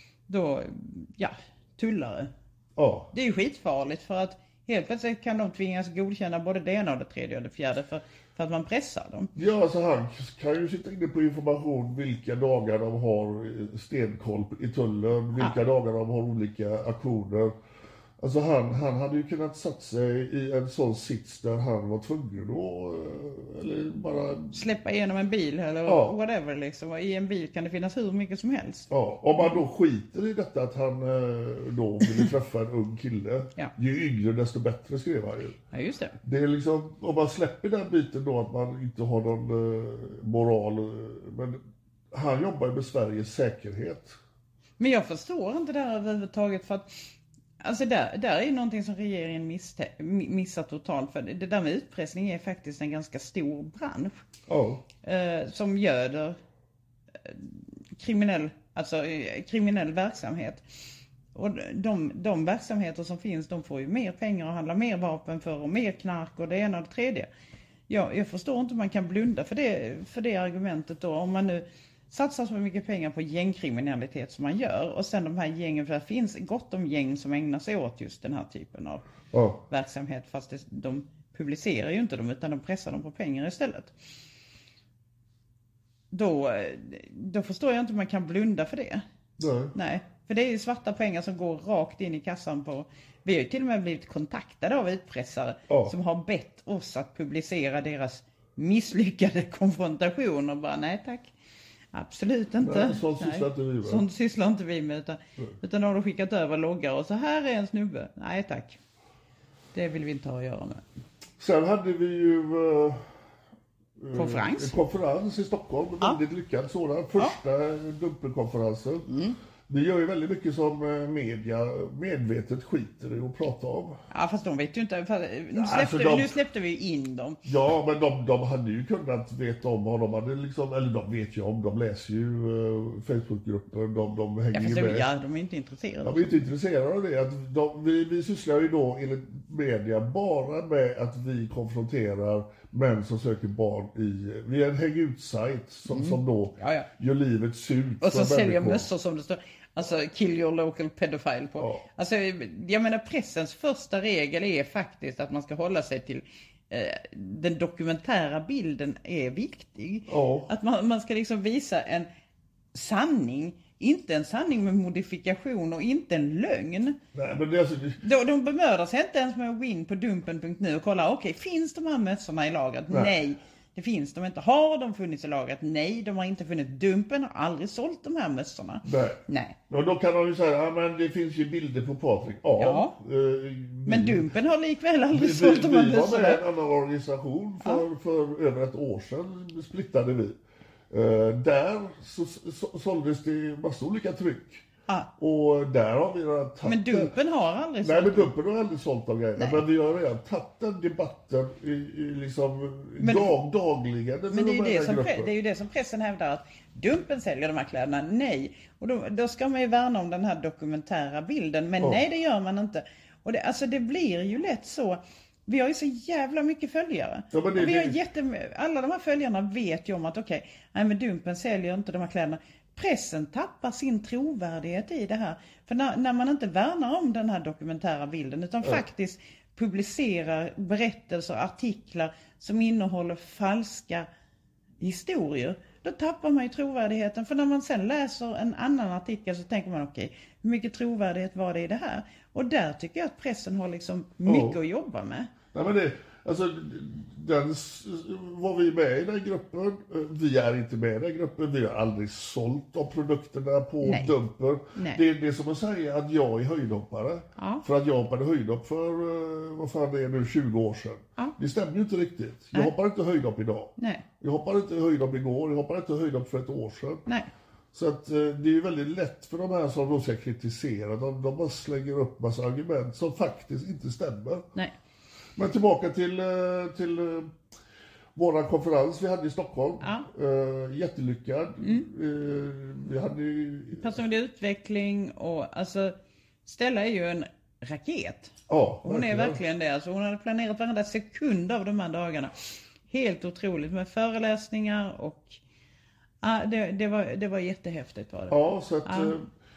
då, ja, tullare. Ja. Det är ju skitfarligt för att helt plötsligt kan de tvingas godkänna både det ena och det tredje och det fjärde för, för att man pressar dem. Ja, alltså han kan ju sitta inne på information vilka dagar de har stenkoll i tullen, vilka ja. dagar de har olika aktioner. Alltså han, han hade ju kunnat satt sig i en sån sits där han var tvungen då, eller bara... Släppa igenom en bil eller ja. whatever liksom. Och i en bil kan det finnas hur mycket som helst. Ja, om man då skiter i detta att han då ville träffa en ung kille. Ja. Ju yngre desto bättre, skrev han ju. Ja, just det. Det är liksom, om man släpper den biten då att man inte har någon uh, moral. Men han jobbar ju med Sveriges säkerhet. Men jag förstår inte det här överhuvudtaget för att alltså där, där är någonting som regeringen misste- missar totalt. För det där med utpressning är faktiskt en ganska stor bransch. Oh. Eh, som göder eh, kriminell, alltså, eh, kriminell verksamhet. Och de, de verksamheter som finns, de får ju mer pengar och handla mer vapen för och mer knark och det ena och det tredje. Jag, jag förstår inte om man kan blunda för det, för det argumentet då. Om man nu satsar så mycket pengar på gängkriminalitet som man gör. Och sen de här gängen, för det finns gott om gäng som ägnar sig åt just den här typen av oh. verksamhet. Fast det, de publicerar ju inte dem utan de pressar dem på pengar istället. Då, då förstår jag inte om man kan blunda för det. Nej. Nej, för det är ju svarta pengar som går rakt in i kassan på... Vi har ju till och med blivit kontaktade av utpressare oh. som har bett oss att publicera deras misslyckade konfrontationer. Bara nej tack. Absolut inte. Nej, sånt sysslar inte vi med. Sånt sysslar inte vi med. Utan, utan då har de skickat över loggar och så här är en snubbe. Nej tack. Det vill vi inte ha att göra med. Sen hade vi ju uh, konferens. en konferens i Stockholm. Ja. Väldigt lyckad sådan. Första ja. dumpelkonferensen. Mm. Vi gör ju väldigt mycket som media medvetet skiter i att prata om. Ja, fast de vet ju inte. Nu släppte, alltså de, nu släppte vi in dem. Ja, men de, de hade ju kunnat veta om vad de hade liksom, eller de vet ju om, de läser ju uh, Facebookgruppen, de, de hänger ju med. Ja, de är inte intresserade. De är inte intresserade av det. Att de, vi, vi sysslar ju då enligt media bara med att vi konfronterar män som söker barn i, vi är en häng-ut-sajt som, mm. som då ja, ja. gör livet surt. Och så säljer mössor som det står. Alltså, kill your local pedophile på. Ja. Alltså, jag menar, pressens första regel är faktiskt att man ska hålla sig till eh, den dokumentära bilden är viktig. Ja. Att man, man ska liksom visa en sanning, inte en sanning med modifikation och inte en lögn. Nej, men det, alltså, de, de bemödar sig inte ens med att gå in på dumpen punkt nu och kolla, okej, okay, finns de här mössorna i lagret? Nej. Nej. Det finns de inte. Har de funnits i lagret? Nej, de har inte funnits. Dumpen har aldrig sålt de här mössorna. Nej. Nej. Och då kan de ju säga, ja men det finns ju bilder på Patrik. Ja. ja. Eh, vi, men Dumpen har likväl aldrig vi, sålt de här mössorna. Vi var med en annan organisation för, ja. för över ett år sedan. Splittade vi. Eh, där så, så, såldes det massa olika tryck. Ah. Och där har vi redan tagit. Men Dumpen har aldrig sålt. Nej, men Dumpen har aldrig sålt av grejerna. Men vi har redan tagit den debatten i, i liksom men, dag, dagligen. Men det är, ju det, som pre- det är ju det som pressen hävdar, att Dumpen säljer de här kläderna. Nej. Och då, då ska man ju värna om den här dokumentära bilden. Men ja. nej, det gör man inte. Och det, alltså det blir ju lätt så. Vi har ju så jävla mycket följare. Ja, det, vi har jätte, alla de här följarna vet ju om att okej, okay, nej men Dumpen säljer inte de här kläderna. Pressen tappar sin trovärdighet i det här. För när, när man inte värnar om den här dokumentära bilden utan ja. faktiskt publicerar berättelser och artiklar som innehåller falska historier, då tappar man ju trovärdigheten. För när man sen läser en annan artikel så tänker man okej, okay, hur mycket trovärdighet var det i det här? Och där tycker jag att pressen har liksom mycket oh. att jobba med. Nej, men det, alltså, den, var vi med i den gruppen? Vi är inte med i den gruppen. Vi har aldrig sålt av produkterna på Nej. Dumpen. Nej. Det är det som att säga att jag är höjdhoppare. Ja. För att jag hoppade höjdhopp för, vad fan det är nu, tjugo år sedan. Ja. Det stämmer ju inte riktigt. Jag Nej. hoppar inte höjdhopp idag. Nej. Jag hoppar inte höjdhopp igår. Jag hoppar inte höjdhopp för ett år sedan. Nej. Så att det är ju väldigt lätt för de här som de ska kritisera. De, de bara slänger upp massa argument som faktiskt inte stämmer. Nej. Men tillbaka till, till våra konferens vi hade i Stockholm. Ja. Uh, jättelyckad. Mm. Uh, vi hade ju... personlig utveckling och alltså Stella är ju en raket. Ja, hon verkligen. är verkligen det. Alltså, hon hade planerat varenda sekund av de här dagarna. Helt otroligt med föreläsningar och ja, det, det, var, det var jättehäftigt. Var det. Ja, så att... Ja.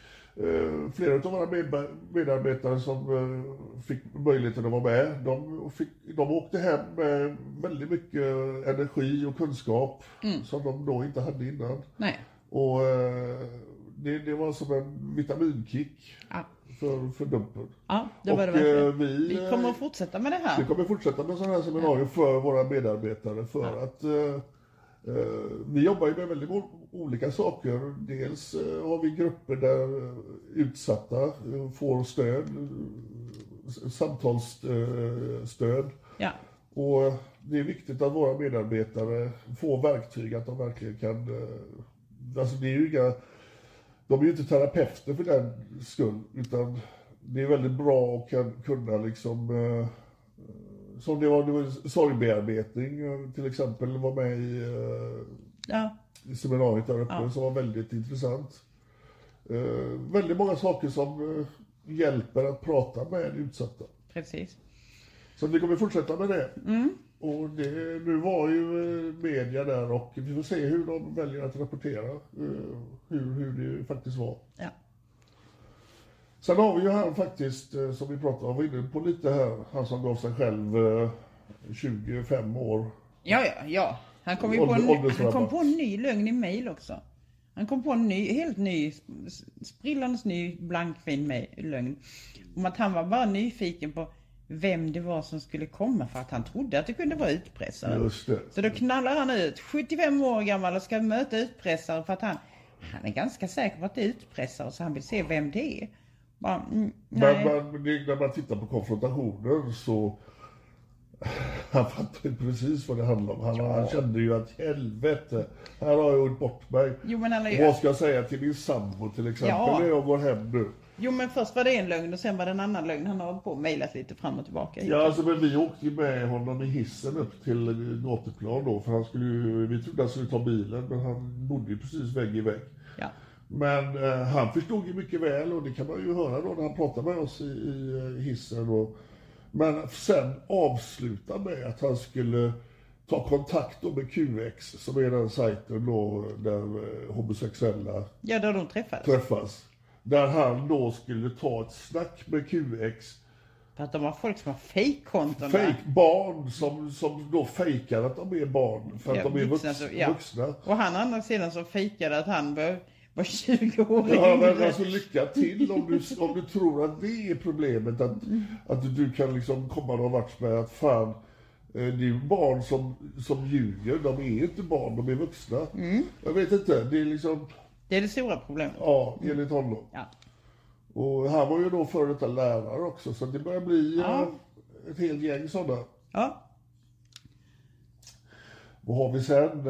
Uh, flera av våra med, medarbetare som uh, fick möjligheten att vara med, de, fick, de åkte hem med väldigt mycket energi och kunskap mm. som de då inte hade innan. Nej. Och uh, det, det var som en vitaminkick ja. för, för Dumpen. Ja, det var och, det verkligen. Uh, vi, vi kommer att fortsätta med det här. Vi kommer att fortsätta med sådana här seminarier ja. för våra medarbetare för ja. att uh, Uh, vi jobbar ju med väldigt olika saker. Dels uh, har vi grupper där uh, utsatta uh, får stöd, uh, samtalsstöd. Uh, ja. Och uh, det är viktigt att våra medarbetare får verktyg att de verkligen kan... Uh, alltså det är ju inga... De är ju inte terapeuter för den skull, utan det är väldigt bra att kan, kunna liksom... Uh, Som det var, det var sorgbearbetning till exempel, var med i, ja. i seminariet där uppe ja. som var väldigt intressant. Uh, väldigt många saker som uh, hjälper att prata med utsatta. Precis. Så vi kommer fortsätta med det. Mm. Och det, nu var ju uh, media där och vi får se hur de väljer att rapportera uh, hur, hur det faktiskt var. Ja. Sen har vi ju här faktiskt, som vi pratade om, var inne på lite här, han som gav sig själv tjugofem år. Ja, ja, ja. Han kom, ju på, en, han kom på en ny lögn i mejl också. Han kom på en ny, helt ny, sprillans ny, blankfin lögn. Om att han var bara nyfiken på vem det var som skulle komma för att han trodde att det kunde vara utpressare. Just det. Så då knallar han ut, sjuttiofem år gammal och ska möta utpressare för att han, han är ganska säker på att det är utpressare så han vill se vem det är. Bara, mm, men, men när man tittar på konfrontationer så Han fattade ju precis vad det handlade om. Han, ja. han kände ju att helvete, här har jag gjort bort mig. Jo, men alla... Vad ska jag säga till min sambo till exempel ja. när jag går hem nu? Jo, men först var det en lögn och sen var det en annan lögn. Han har hållit på och mejlat lite fram och tillbaka. Ja, alltså, men vi åkte ju med honom i hissen upp till Gatuplan då. För han skulle ju, vi trodde han skulle ta bilen, men han bodde ju precis vägg i vägg. Ja. Men eh, han förstod ju mycket väl, och det kan man ju höra då när han pratar med oss i, i hissen. Och, men sen avsluta med att han skulle ta kontakt då med Q X, som är den sajten då där eh, homosexuella ja, där de träffas. träffas. Där han då skulle ta ett snack med Q X. För att de har folk som har fejkkonton. Fake barn som, som då fejkar att de är barn. För att ja, de är vuxna, vuxna, så, ja. vuxna. Och han andra sidan som fejkade att han var, var tjugo år Ja, men alltså lycka till om du, om du tror att det är problemet. Att, mm. att du kan liksom komma någon vart med att fan, det är ju barn som, som ljuger. De är inte barn, de är vuxna. Mm. Jag vet inte, det är liksom... Det är det stora problemet. Ja, enligt honom. Ja. Och han var ju då före detta lärare också, så det börjar bli ja. ett helt gäng sådana. Ja. Vad har vi sen?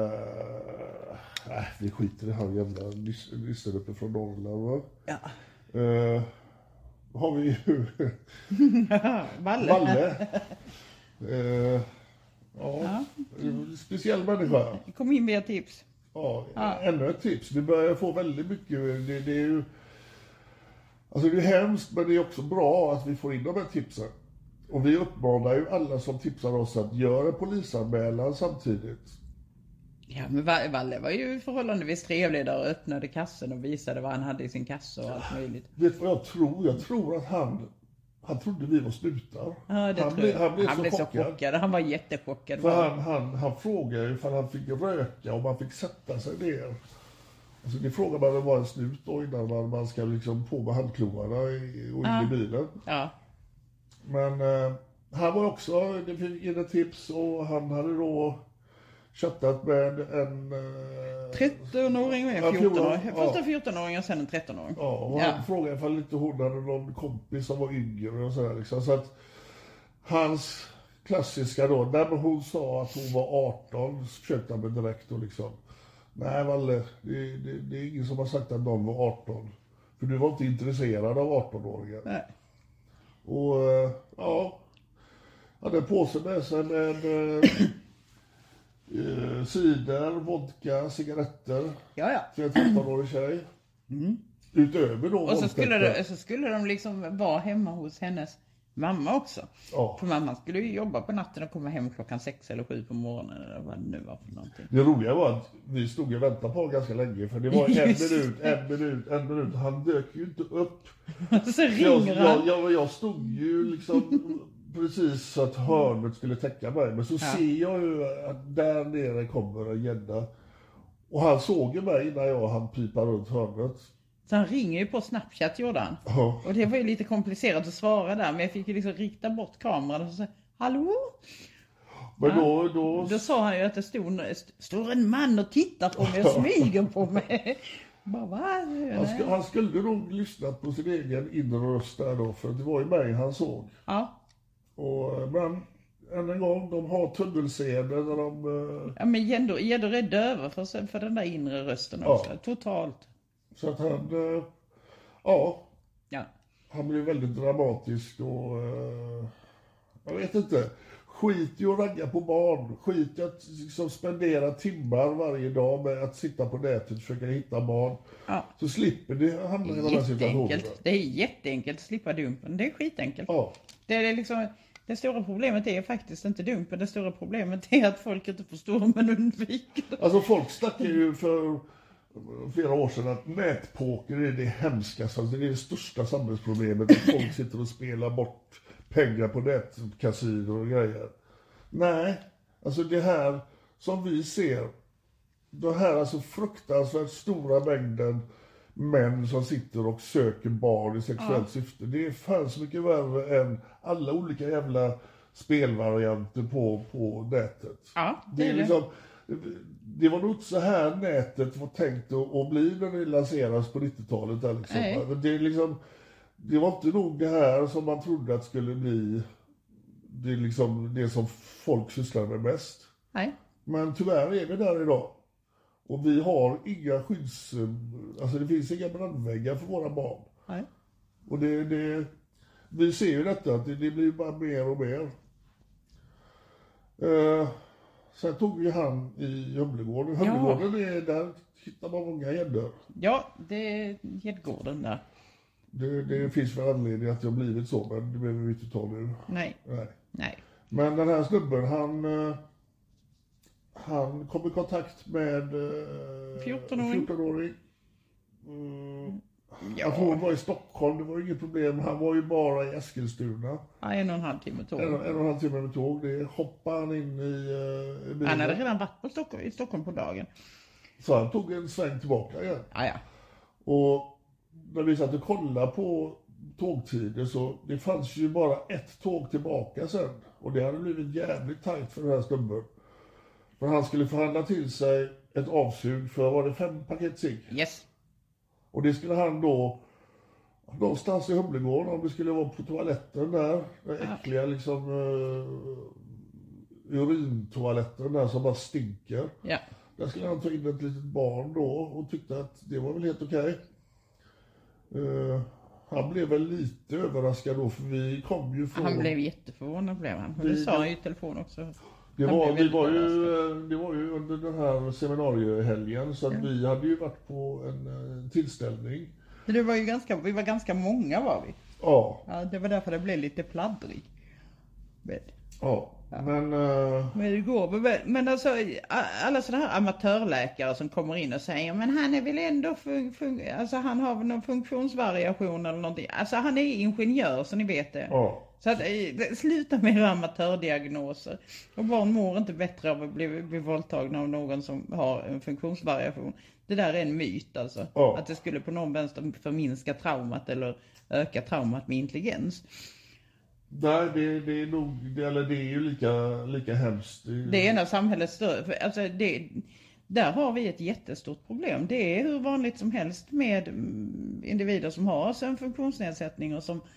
Äh, vi skiter i han jävla lyssnade uppe från Norrland, va? Ja. Äh, har vi ju... Valle. Valle. Äh, ja, ja. Speciell människa. Kom in med tips. Ja, ja, ännu ett tips. Vi börjar få väldigt mycket. Det, det är ju... Alltså det är hemskt, men det är också bra att vi får in de här tipsen. Och vi uppmanar ju alla som tipsar oss att göra polisanmälan samtidigt. Ja, men Valle var ju förhållandevis trevlig där och öppnade kassen och visade vad han hade i sin kassa och allt möjligt. Vet vad jag tror? Jag tror att han... Han trodde vi var snutar. Ja, det han tror blev, han blev han så, blev så chockad. chockad. Han var jättechockad. För han, han, han frågade ju ifall han fick röka och man fick sätta sig ner. Alltså det frågar man väl var en snut då innan man, man ska liksom på med handklovarna och in ja. i bilen. Ja. Men eh, han var också, det fick in ett tips, och han hade då chattat med en... Eh, trettonåring och en fjortonåring. Ja, Först en fjortonåring och sen en trettonåring. Ja, och han ja. frågade ifall inte hon hade någon kompis som var yngre och sådär liksom. Så att hans klassiska då, när hon sa att hon var arton, så försökte han med direkt då liksom. Nej, Valle, det, det, det är ingen som har sagt att någon var arton. För du var inte intresserad av arton-åringar. Nej. Och ja, hade en påse med sig med eh, cider, vodka, cigaretter. Ja, ja. Till en tretton-årig tjej. Mm. Utöver då. Och så skulle, det, så skulle de liksom vara hemma hos hennes mamma också. Ja. För mamman skulle ju jobba på natten och komma hem klockan sex eller sju på morgonen eller vad det nu var för någonting. Det roliga var att vi stod och väntade på ganska länge, för det var en minut, en minut, en minut. Han dök ju inte upp. Så ringer jag, han. Jag, jag, jag stod ju liksom precis så att hörnet skulle täcka mig. Men så ja. ser jag ju att där nere kommer en gädda. Och han såg ju mig när jag han pipar runt hörnet. Så han ringer ju på Snapchat, gjorde han. Ja. Och det var ju lite komplicerat att svara där. Men jag fick ju liksom rikta bort kameran och säga, hallå? Men då, då... då sa han ju att det stod, stod en man och tittar på mig och smyger på mig. Bara, va? Han, sk- han skulle nog lyssnat på sin egen inre röst där då. För det var ju mig han såg. Ja. Och, men än en gång, de har tunnelseende när de... Uh... Ja, men gäddor är döva för, för den där inre rösten också. Ja. Totalt. Så att han, uh, ja, ja, han blev väldigt dramatisk och uh, jag vet inte, skit i att ragga på barn, skit i att liksom spendera timmar varje dag med att sitta på nätet och försöka hitta barn. Ja. Så slipper det hamna i de här situationerna. Det är jätteenkelt att slippa dumpen, det är skitenkelt. Ja. Det är liksom... Det stora problemet är faktiskt inte dumpen. Det stora problemet är att folk inte förstår men undviker. Alltså folk snackar ju för flera år sedan att nätpoker är det hemskaste. Alltså det är det största samhällsproblemet. Att folk sitter och spelar bort pengar på nätkasino och grejer. Nej, alltså det här som vi ser. Det här alltså fruktansvärt stora mängden män som sitter och söker barn i sexuellt ja. syfte. Det är fan så mycket värre än alla olika jävla spelvarianter på, på nätet. Ja, det, det är är liksom, det var nog inte så här nätet var tänkt att, att bli när det lanseras på nittiotalet. Där liksom. Det, är liksom, det var inte nog det här som man trodde att skulle bli det är liksom det som folk sysslar med mest. Nej. Men tyvärr är vi där idag. Och vi har inga skydds... Alltså det finns inga brandväggar för våra barn. Nej. Och det, det, vi ser ju detta, att det, det blir bara mer och mer. Uh, sen tog vi han i Humlegården. Humlegården, ja. är, där hittar man många gäddor. Ja, det är gäddgården där. Det, det finns för anledning att det har blivit så, men det behöver vi inte ta nu. Nej. Nej. Nej. Men den här snubben, han... Uh, han kom i kontakt med uh, fjorton-åring. fjorton-åring. Mm. Ja. Jag tror han var i Stockholm, det var inget problem. Han var ju bara i Eskilstuna. Ja, en och en halv timme tåg. En, en och en halv timme med tåg. Det hoppade han in i, uh, i bilen. Han hade redan varit på Stockholm, i Stockholm på dagen. Så han tog en sväng tillbaka igen. Ja, ja. Och när vi satt och kollade på tågtider så det fanns ju bara ett tåg tillbaka sen. Och det hade blivit jävligt tajt för den här snubben. För han skulle förhandla till sig ett avsug för, var det fem paket cigg? Yes. Och det skulle han då, någonstans i Humlegården, om det skulle vara på toaletten där, den äckliga liksom uh, urintoaletten där som bara stinker. Ja. Där skulle han ta in ett litet barn då och tyckte att det var väl helt okej. Uh, han blev väl lite överraskad då, för vi kom ju från... Han blev jätteförvånad blev han. Och det sa han ju i telefon också. Det var, vi var ju, det var ju under den här seminariehelgen så att ja. vi hade ju varit på en, en tillställning. Det var ju ganska, vi var ganska många var vi. Ja. Ja, det var därför det blev lite pladdrig. Men, ja. ja, men... Uh... Men det går, men, men alltså alla sådana här amatörläkare som kommer in och säger men han är väl ändå, fun, fun, alltså han har väl någon funktionsvariation eller någonting. Alltså han är ingenjör så ni vet det. Ja. Så att, sluta med era amatördiagnoser. Och barn mår inte bättre av att bli, bli våldtagna av någon som har en funktionsvariation. Det där är en myt alltså. Ja. Att det skulle på någon vänster förminska traumat eller öka traumat med intelligens. Nej, det, det är nog, det, eller det är ju lika, lika hemskt. Det är, det är en av samhällets större, alltså det, där har vi ett jättestort problem. Det är hur vanligt som helst med individer som har alltså en funktionsnedsättning och som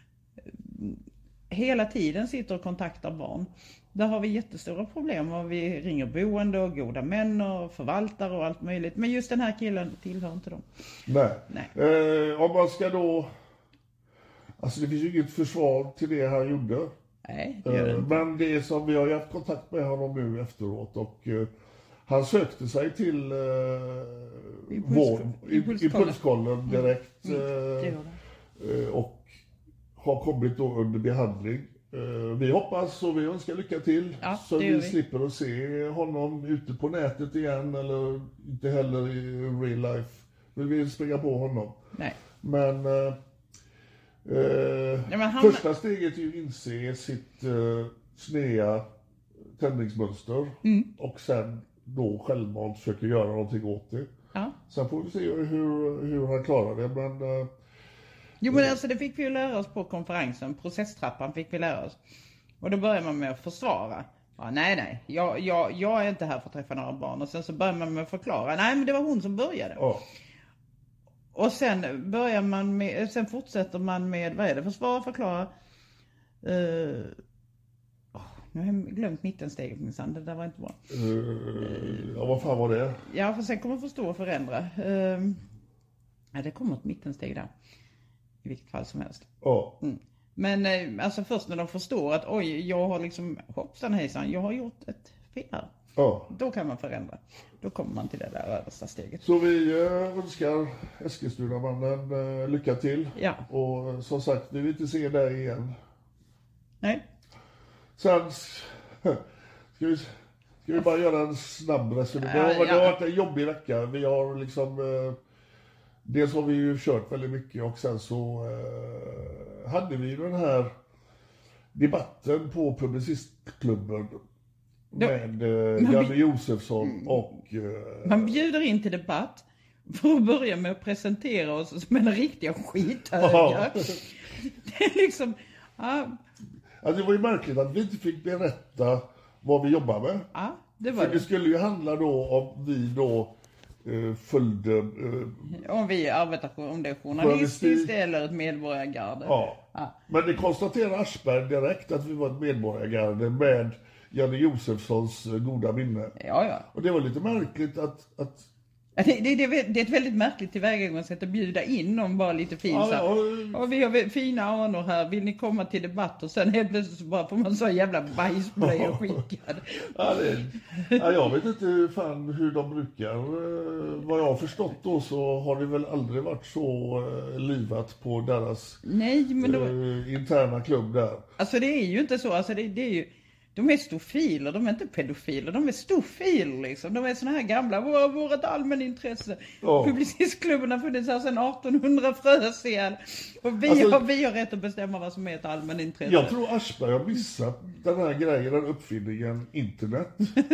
hela tiden sitter och kontaktar barn. Där har vi jättestora problem och vi ringer boende och goda män och förvaltare och allt möjligt. Men just den här killen tillhör inte dem. Nej. Nej. Eh, om man ska då... Alltså det finns ju inget försvar till det han gjorde. Nej, det gör det inte. Men det är som vi har haft kontakt med honom nu efteråt och uh, han sökte sig till uh, vård, impulskollen direkt mm, det det. Uh, och har kommit då under behandling. Uh, vi hoppas och vi önskar lycka till ja, så vi, vi slipper att se honom ute på nätet igen eller inte heller i real life. Vi vill springa på honom. Nej. Men... Uh, Uh, ja, han... Första steget är att inse sitt uh, sneda tändningsmönster mm. och sen då självmant försöker göra någonting åt det. Ja. Sen får vi se hur, hur han klarar det. Men, uh, jo men alltså det fick vi ju lära oss på konferensen, processtrappan fick vi lära oss. Och då börjar man med att försvara. Ja, nej nej, jag, jag, jag är inte här för att träffa några barn. Och sen så börjar man med att förklara. Nej men det var hon som började. Ja. Och sen börjar man med, sen fortsätter man med, vad är det för svar att förklara? Uh, oh, nu har jag glömt mittensteget minsann, det där var inte bra. Uh, ja, vad fan var det? Ja, för sen kommer man förstå och förändra. Uh, ja, det kommer ett mittensteg där. I vilket fall som helst. Ja. Mm. Men uh, alltså först när de förstår att oj, jag har liksom, hoppsan hejsan, jag har gjort ett fel. Ja. Då kan man förändra. Då kommer man till det där översta steget. Så vi önskar Eskilstuna-mannen lycka till. Ja. Och som sagt, vi vill inte se dig igen. Nej. Sen ska vi, ska vi bara göra en snabb resonemang. Ja, det, har, ja. det har varit en jobbig vecka. Vi har liksom... Dels har vi ju kört väldigt mycket och sen så eh, hade vi den här debatten på Publicistklubben. Med eh, Janne Josefsson och... Eh, man bjuder in till debatt för att börja med att presentera oss som en riktiga skithögar. Det är liksom... Ja. Alltså det var ju märkligt att vi inte fick berätta vad vi jobbar med. Ja, det var för det. Det skulle ju handla då om vi då eh, följde... Eh, om vi arbetar, om det är journalistiskt eller ett medborgargarde. Ja. ja, men det konstaterar Aschberg direkt att vi var ett medborgargarde med Janne Josefssons goda minne. Ja, ja. Och det var lite märkligt att... att Det, det, det, det är ett väldigt märkligt tillvägagångssätt att bjuda in någon bara lite fint. Ja, ja, ja. Och vi har fina anor här, vill ni komma till debatt? Och sen helt plötsligt så bara får man så jävla bajsblöja skickad. Ja, det, ja, jag vet inte hur, fan, hur de brukar. Vad jag har förstått då så har det väl aldrig varit så uh, livat på deras Nej, men då, uh, interna klubb där. Alltså det är ju inte så, alltså det, det är ju... De är stofiler, de är inte pedofiler, de är stofiler liksom. De är såna här gamla, vår, vårt allmänintresse. Oh. Publicistklubben har funnits här sedan artonhundra frös igen. Och vi, alltså, har, vi har rätt att bestämma vad som är ett allmänintresse. Jag tror Aschberg har missat den här grejen, den uppfinningen, internet.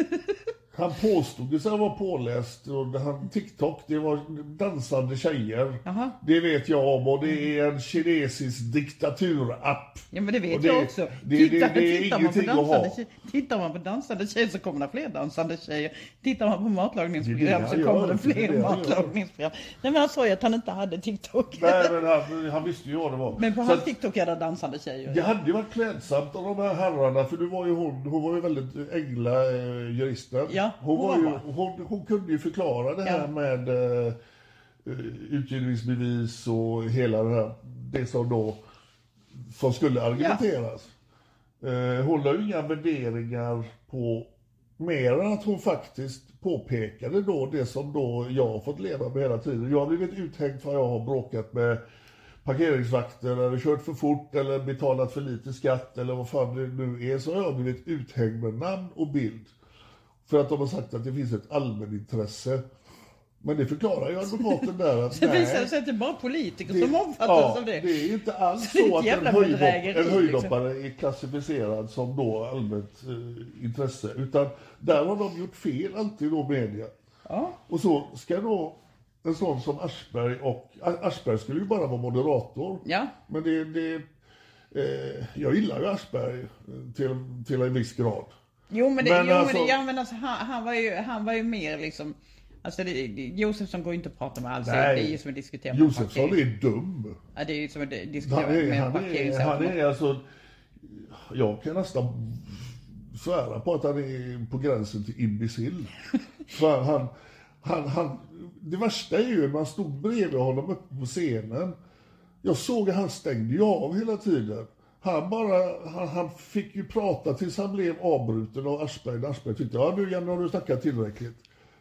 Han påstod sig vara påläst och han, TikTok, det var dansande tjejer. Aha. Det vet jag om och det är en kinesisk diktaturapp. Ja, men det vet det, jag också. Det, Titta, det, det, det är tittar, man på dansande tjej, tittar man på dansande tjejer så kommer det fler dansande tjejer. Tittar man på matlagningsprogram så kommer det fler det matlagningsprogram. Nej, men han sa ju att han inte hade TikTok. Nej, men han, han visste ju vad det var. Men på hans TikTok är det dansande tjejer. Det hade ju varit klädsamt av de här herrarna, för du var ju hon, hon var ju väldigt ängla eh, juristen. Ja. Hon, var ju, hon, hon kunde ju förklara det här ja. med uh, utgivningsbevis och hela det här, det som då som skulle argumenteras. Ja. Uh, hon har ju inga värderingar på mer än att hon faktiskt påpekade då det som då jag har fått leva med hela tiden. Jag har blivit uthängd för att jag har bråkat med parkeringsvakter eller kört för fort eller betalat för lite skatt eller vad fan det nu är, så har jag blivit uthängd med namn och bild. För att de har sagt att det finns ett allmänintresse. Men det förklarar ju advokaten där att det visar sig att det är bara politiker det, som omfattas ja, av det. Det är inte alls så, så att en, höjdhopp, en höjdhoppare liksom är klassificerad som då allmänt eh, intresse. Utan där har de gjort fel alltid då media. Ja. Och så ska då en sån som Aschberg och Aschberg skulle ju bara vara moderator. Ja. Men det, det eh, jag gillar ju Aschberg till, till en viss grad. Jo men, det, men, jo, alltså, men, det, ja, men alltså, han, han, var ju, han var ju mer liksom, alltså det, det, Josefsson går ju inte att prata med alls. Nej, det är ju som att diskutera med Josefsson är dum. Ja, det är ju som att diskutera han är, med han är, han är alltså, jag kan nästan svära på att han är på gränsen till imbecill. För han, han, han, det värsta är ju, man stod bredvid honom uppe på scenen. Jag såg att han stängde ju av hela tiden. Han bara, han, han fick ju prata tills han blev avbruten av Aschberg. Aschberg tyckte, ja nu Janne har du snackat tillräckligt.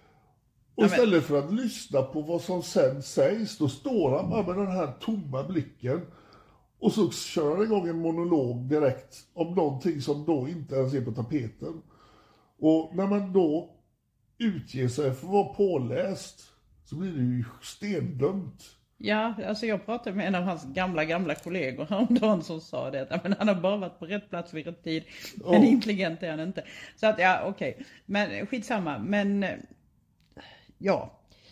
Och ja, istället för att lyssna på vad som sen sägs, då står han bara med den här tomma blicken. Och så kör han igång en monolog direkt om någonting som då inte ens är på tapeten. Och när man då utger sig för att vara påläst så blir det ju stendumt. Ja, alltså jag pratade med en av hans gamla, gamla kollegor häromdagen som sa det. Men han har bara varit på rätt plats vid rätt tid. Men oh. intelligent är han inte. Så att, ja, okej. Okay. Men skitsamma. Men, ja.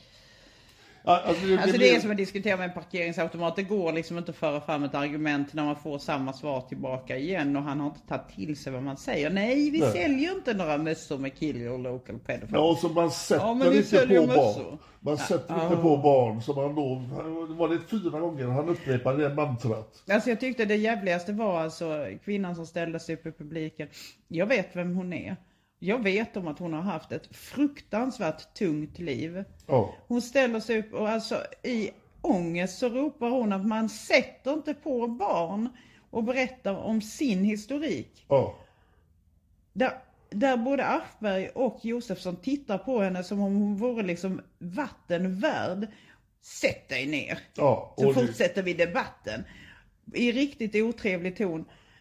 Ja, alltså det, alltså det, det blir... är som att diskutera med en parkeringsautomat. Det går liksom inte att föra fram ett argument när man får samma svar tillbaka igen. Och han har inte tagit till sig vad man säger. Nej, vi Nej. säljer inte några mössor med kill your local pedophile. Ja, och så man sätter ja, inte på barn. Man sätter ja. inte på barn. Som han då, var det fyra gånger han upprepade det mantrat. Alltså jag tyckte det jävligaste var alltså kvinnan som ställde sig upp i publiken. Jag vet vem hon är. Jag vet om att hon har haft ett fruktansvärt tungt liv. Oh. Hon ställer sig upp och alltså i ångest så ropar hon att man sätter inte på barn och berättar om sin historik. Oh. Där, där både Aschberg och Josefsson tittar på henne som om hon vore liksom vatten värd. Sätt dig ner. Oh. Så fortsätter vi debatten. I riktigt otrevlig ton.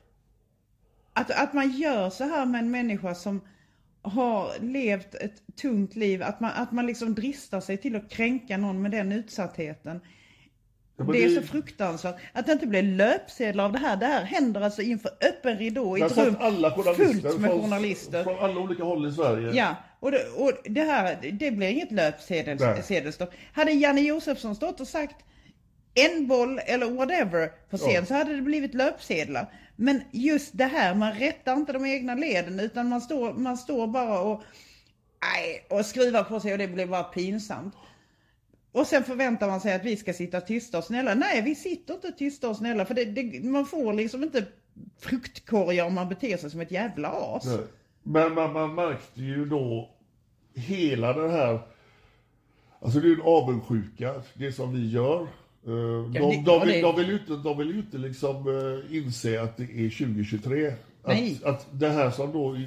Att, att man gör så här med en människa som har levt ett tungt liv, att man, att man liksom dristar sig till att kränka någon med den utsattheten. Ja, det är det... så fruktansvärt. Att det inte blir löpsedlar av det här. Det här händer alltså inför öppen ridå i ett rum fullt med journalister. Från, från alla olika håll i Sverige. Ja, och det, och det här, det blir inget löpsedelstopp. Hade Janne Josefsson stått och sagt en boll eller whatever på scen ja. så hade det blivit löpsedlar. Men just det här, man rättar inte de egna leden utan man står, man står bara och nej, och skruva på sig och det blir bara pinsamt. Och sen förväntar man sig att vi ska sitta tysta och snälla. Nej, vi sitter inte tysta och snälla. För det, det, man får liksom inte fruktkorgar om man beter sig som ett jävla as. Nej. Men man, man märkte ju då hela den här... Alltså det är ju en avundsjuka, det som vi gör. De, Ja, de, det- de, ja, vill, det- de, vill ju inte, de vill ju inte liksom uh, inse att det är tjugohundratjugotre. Nej. Att, att det här som då uh,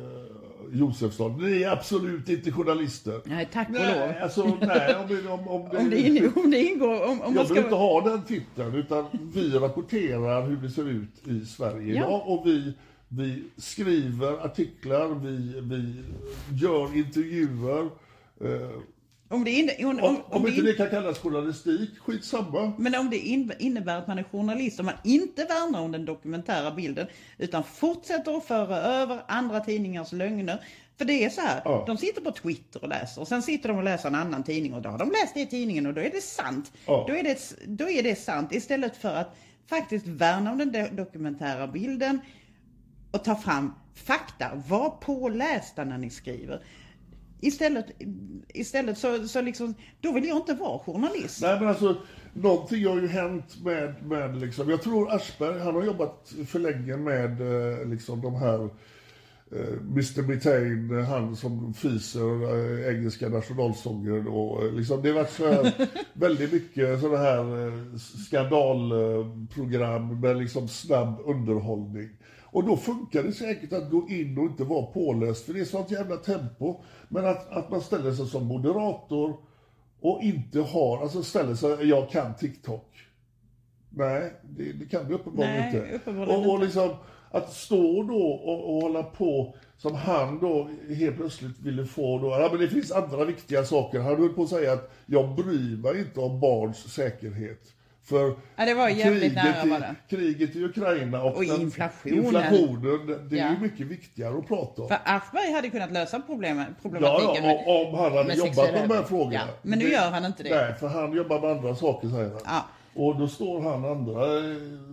Josefsson, ni är absolut inte journalister. Nej, tack och lov. Nej, alltså, nej, om, det- om, om, det, Om det, in, om det ingår... Om, om jag man vill inte ska... ha den titeln, utan vi rapporterar hur det ser ut i Sverige Ja. idag. Och vi, vi skriver artiklar, vi, vi gör intervjuer. Uh, Om det, in, om, om, om, om det inte in, det kan kallas journalistik, skitsamma. Men om det in, innebär att man är journalist och man inte värnar om den dokumentära bilden utan fortsätter att föra över andra tidningars lögner. För det är så här, Ja. de sitter på Twitter och läser och sen sitter de och läser en annan tidning och då har de läst det i tidningen och då är det sant. Ja. Då, är det, då är det sant istället för att faktiskt värna om den do- dokumentära bilden och ta fram fakta. Var pålästa när ni skriver. Istället, istället så, så liksom, då vill jag inte vara journalist. Nej, men alltså, någonting har ju hänt med, med liksom, jag tror Aschberg, han har jobbat för länge med eh, liksom de här eh, mister Britain, han som fiser eh, engelska nationalsånger och eh, liksom, det har varit så här, väldigt mycket sådana här eh, skandalprogram med liksom snabb underhållning. Och då funkar det säkert att gå in och inte vara påläst, för det är sånt jävla tempo. Men att, att man ställer sig som moderator och inte har, alltså ställer sig, jag kan TikTok. Nej, det, det kan du uppenbarligen Nej, inte. uppenbarligen och, och inte. liksom att stå då och, och hålla på som han då helt plötsligt ville få då, ja men det finns andra viktiga saker. Han höll på att säga att jag bryr mig inte om barns säkerhet. För Ja, det var jävligt nära i, var det. kriget i Ukraina och, Och den, inflationen. inflationen, det är Ja. ju mycket viktigare att prata om. För Aschberg hade kunnat lösa problemet, Ja, problematiken. ja, om, om han hade med jobbat sexuella med de här övergrepp. frågorna. Ja, men nu Det- gör han inte det. Nej, för han jobbar med andra saker, säger han. Ja. Och då står han andra eh,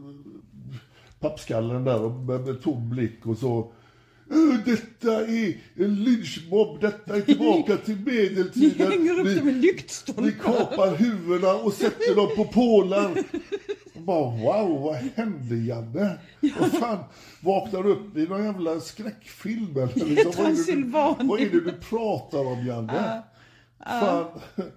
pappskallen där och med, med tom blick och så. "Ö, Detta är en lynchmobb, detta är tillbaka till Ni medeltiden. hänger upp dem i Ni lyktstolpar. kapar huvudena och sätter dem på pålar. Och bara, wow, vad hände, Janne? Vad fan, vaknar upp i någon jävla skräckfilm? Eller liksom, vad, är det du, Transylvanien. vad är det du pratar om, Janne? Fan,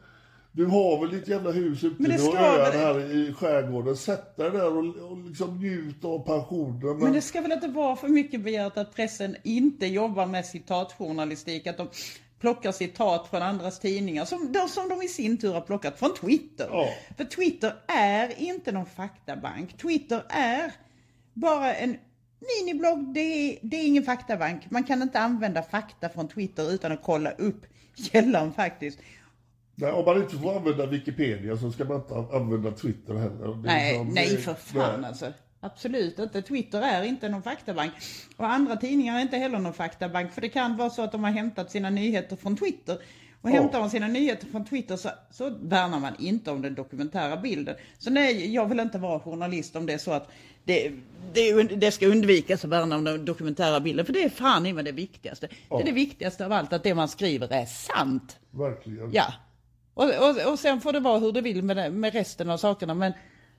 du har väl ditt jävla hus ute Men det på ska öarna väl- här i skärgården. Sätt dig där och, och liksom njut av pensionen. Men, Men det ska väl inte vara för mycket begärt att pressen inte jobbar med citatjournalistik, att de plockar citat från andras tidningar som, som de i sin tur har plockat från Twitter. Ja. För Twitter är inte någon faktabank. Twitter är bara en miniblogg, det är, det är ingen faktabank. Man kan inte använda fakta från Twitter utan att kolla upp källan faktiskt. nej, om man inte får använda Wikipedia så ska man inte använda Twitter heller. Det är Nej, liksom- nej det- för fan nej. alltså. Absolut inte. Twitter är inte någon faktabank. Och andra tidningar är inte heller någon faktabank. För det kan vara så att de har hämtat sina nyheter från Twitter. Och Ja. hämtar man sina nyheter från Twitter så, så värnar man inte om den dokumentära bilden. Så nej, jag vill inte vara journalist om det är så att det, det, det ska undvikas att värna om den dokumentära bilden. För det är fan i mig det viktigaste. Ja. Det är det viktigaste av allt, att det man skriver är sant. Verkligen. Ja, och, och, och sen får det vara hur det vill med, det, med resten av sakerna. Men,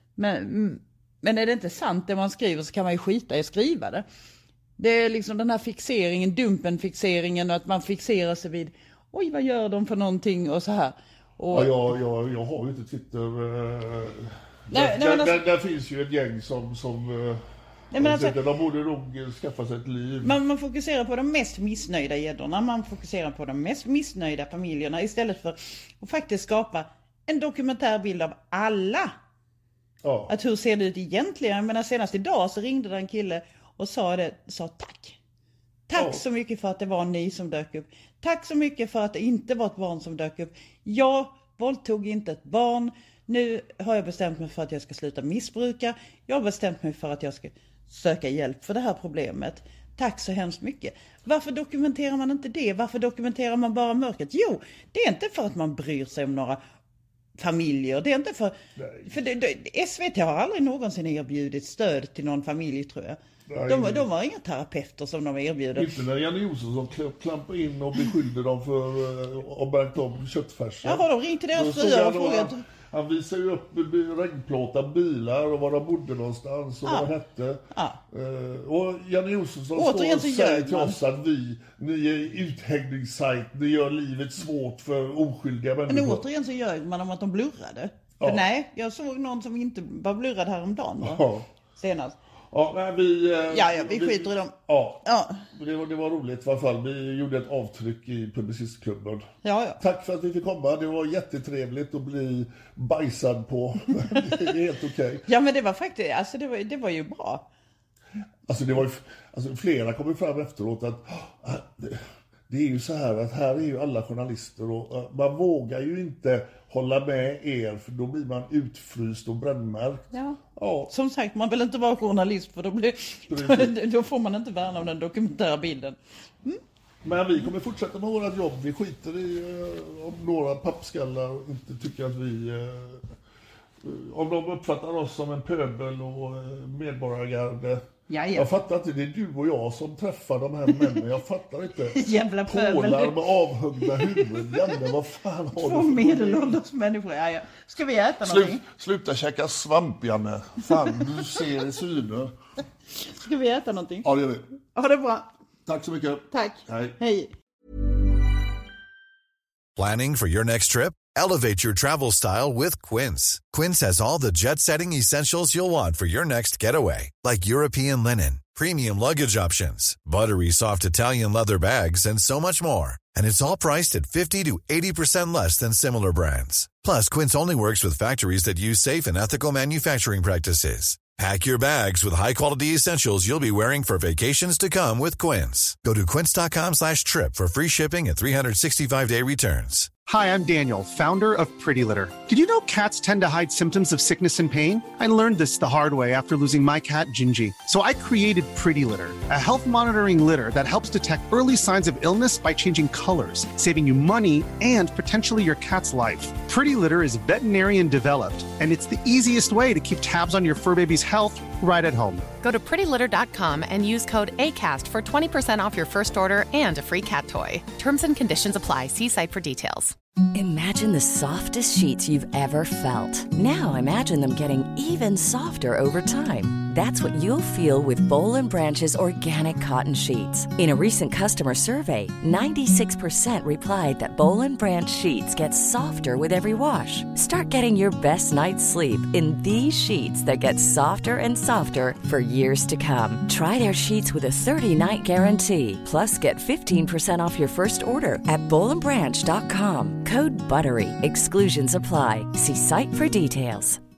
men, men är det inte sant det man skriver så kan man ju skita i att skriva det. Det är liksom den här fixeringen, dumpenfixeringen och att man fixerar sig vid oj vad gör de för någonting och så här. Och, Ja, jag, jag, jag har ju inte Twitter. Eh, Nej, där, nej, men där, alltså- där, där finns ju ett gäng som... som eh, Nej, men alltså- de borde nog skaffa sig ett liv. Man, man fokuserar på de mest missnöjda gäddorna, man fokuserar på de mest missnöjda familjerna istället för att faktiskt skapa en dokumentär bild av alla. Ja. Att hur ser det ut egentligen? Jag menar, senast idag så ringde det en kille och sa det, sa tack. Tack Ja. så mycket för att det var en ny som dök upp. Tack så mycket för att det inte var ett barn som dök upp. Jag våldtog inte ett barn. Nu har jag bestämt mig för att jag ska sluta missbruka. Jag har bestämt mig för att jag ska söka hjälp för det här problemet. Tack så hemskt mycket. Varför dokumenterar man inte det? Varför dokumenterar man bara mörkret? Jo, det är inte för att man bryr sig om några familjer. Det är inte för... För det, det, S V T har aldrig någonsin erbjudit stöd till någon familj, tror jag. Nej, de, de har inga terapeuter som de erbjuder. Inte när Janne Josefsson klampade in och beskyllde dem för att ha bärgt om köttfärsen. Ja, har de ringt till deras fruar och frågat? Han visade ju upp regnplåta bilar och var de bodde någonstans och ja. vad de hette. Ja. Uh, och Janne Josefsson står och säger till oss att vi, ni är uthängningssajt, ni gör livet svårt för oskyldiga människor. Men återigen så ljög man om att de blurrade. Ja. För nej, jag såg någon som inte var blurrad häromdagen va? Ja. Senast. Ja, men vi... Ja, ja, vi skiter i dem. Ja, ja. Det, var, det var roligt i alla fall. Vi gjorde ett avtryck i Publicistklubben. Ja, ja. Tack för att vi fick komma. Det var jättetrevligt att bli bajsad på. Det är helt okej. Okay. Ja, men det var faktiskt... Alltså, det var, det var ju bra. Alltså, det var ju... Alltså, flera kom fram efteråt att... Det, det är ju så här att här är ju alla journalister och man vågar ju inte hålla med er för då blir man utfryst och brännmärkt. Ja. Ja. Som sagt, man vill inte vara journalist för då, blir, då får man inte värna om den dokumentära bilden. Mm. Men vi kommer fortsätta med vårt jobb. Vi skiter i uh, om några pappskallar inte tycker att vi... Uh, om de uppfattar oss som en pöbel och uh, medborgargarde. Jaja. Jag fattar inte, det är du och jag som träffar de här männen. Jag fattar inte. Jävla pöbel. Pålar med avhuggna huvuden. Jävlar, vad fan har du? Två medelålders människor. Ja, ja. Ska vi äta Slut, någonting? Sluta käka svamp, Janne. Fan, du ser i syner. Ska vi äta någonting? Ja, det gör vi. Ha det bra. Tack så mycket. Tack. Hej. Hej. Planning for your next trip? Elevate your travel style with Quince. Quince has all the jet-setting essentials you'll want for your next getaway, like European linen, premium luggage options, buttery soft Italian leather bags, and so much more. And it's all priced at fifty to eighty percent less than similar brands. Plus, Quince only works with factories that use safe and ethical manufacturing practices. Pack your bags with high-quality essentials you'll be wearing for vacations to come with Quince. Go to quince.com slash trip for free shipping and three sixty-five day returns. Hi, I'm Daniel, founder of Pretty Litter. Did you know cats tend to hide symptoms of sickness and pain? I learned this the hard way after losing my cat, Gingy. So I created Pretty Litter, a health monitoring litter that helps detect early signs of illness by changing colors, saving you money and potentially your cat's life. Pretty Litter is veterinarian developed, and it's the easiest way to keep tabs on your fur baby's health right at home. Go to pretty litter dot com and use code ACAST for twenty percent off your first order and a free cat toy. Terms and conditions apply. See site for details. Imagine the softest sheets you've ever felt. Now imagine them getting even softer over time. That's what you'll feel with Boll and Branch's organic cotton sheets. In a recent customer survey, ninety-six percent replied that Boll and Branch sheets get softer with every wash. Start getting your best night's sleep in these sheets that get softer and softer for years to come. Try their sheets with a thirty-night guarantee. Plus, get fifteen percent off your first order at boll and branch dot com. Code BUTTERY. Exclusions apply. See site for details.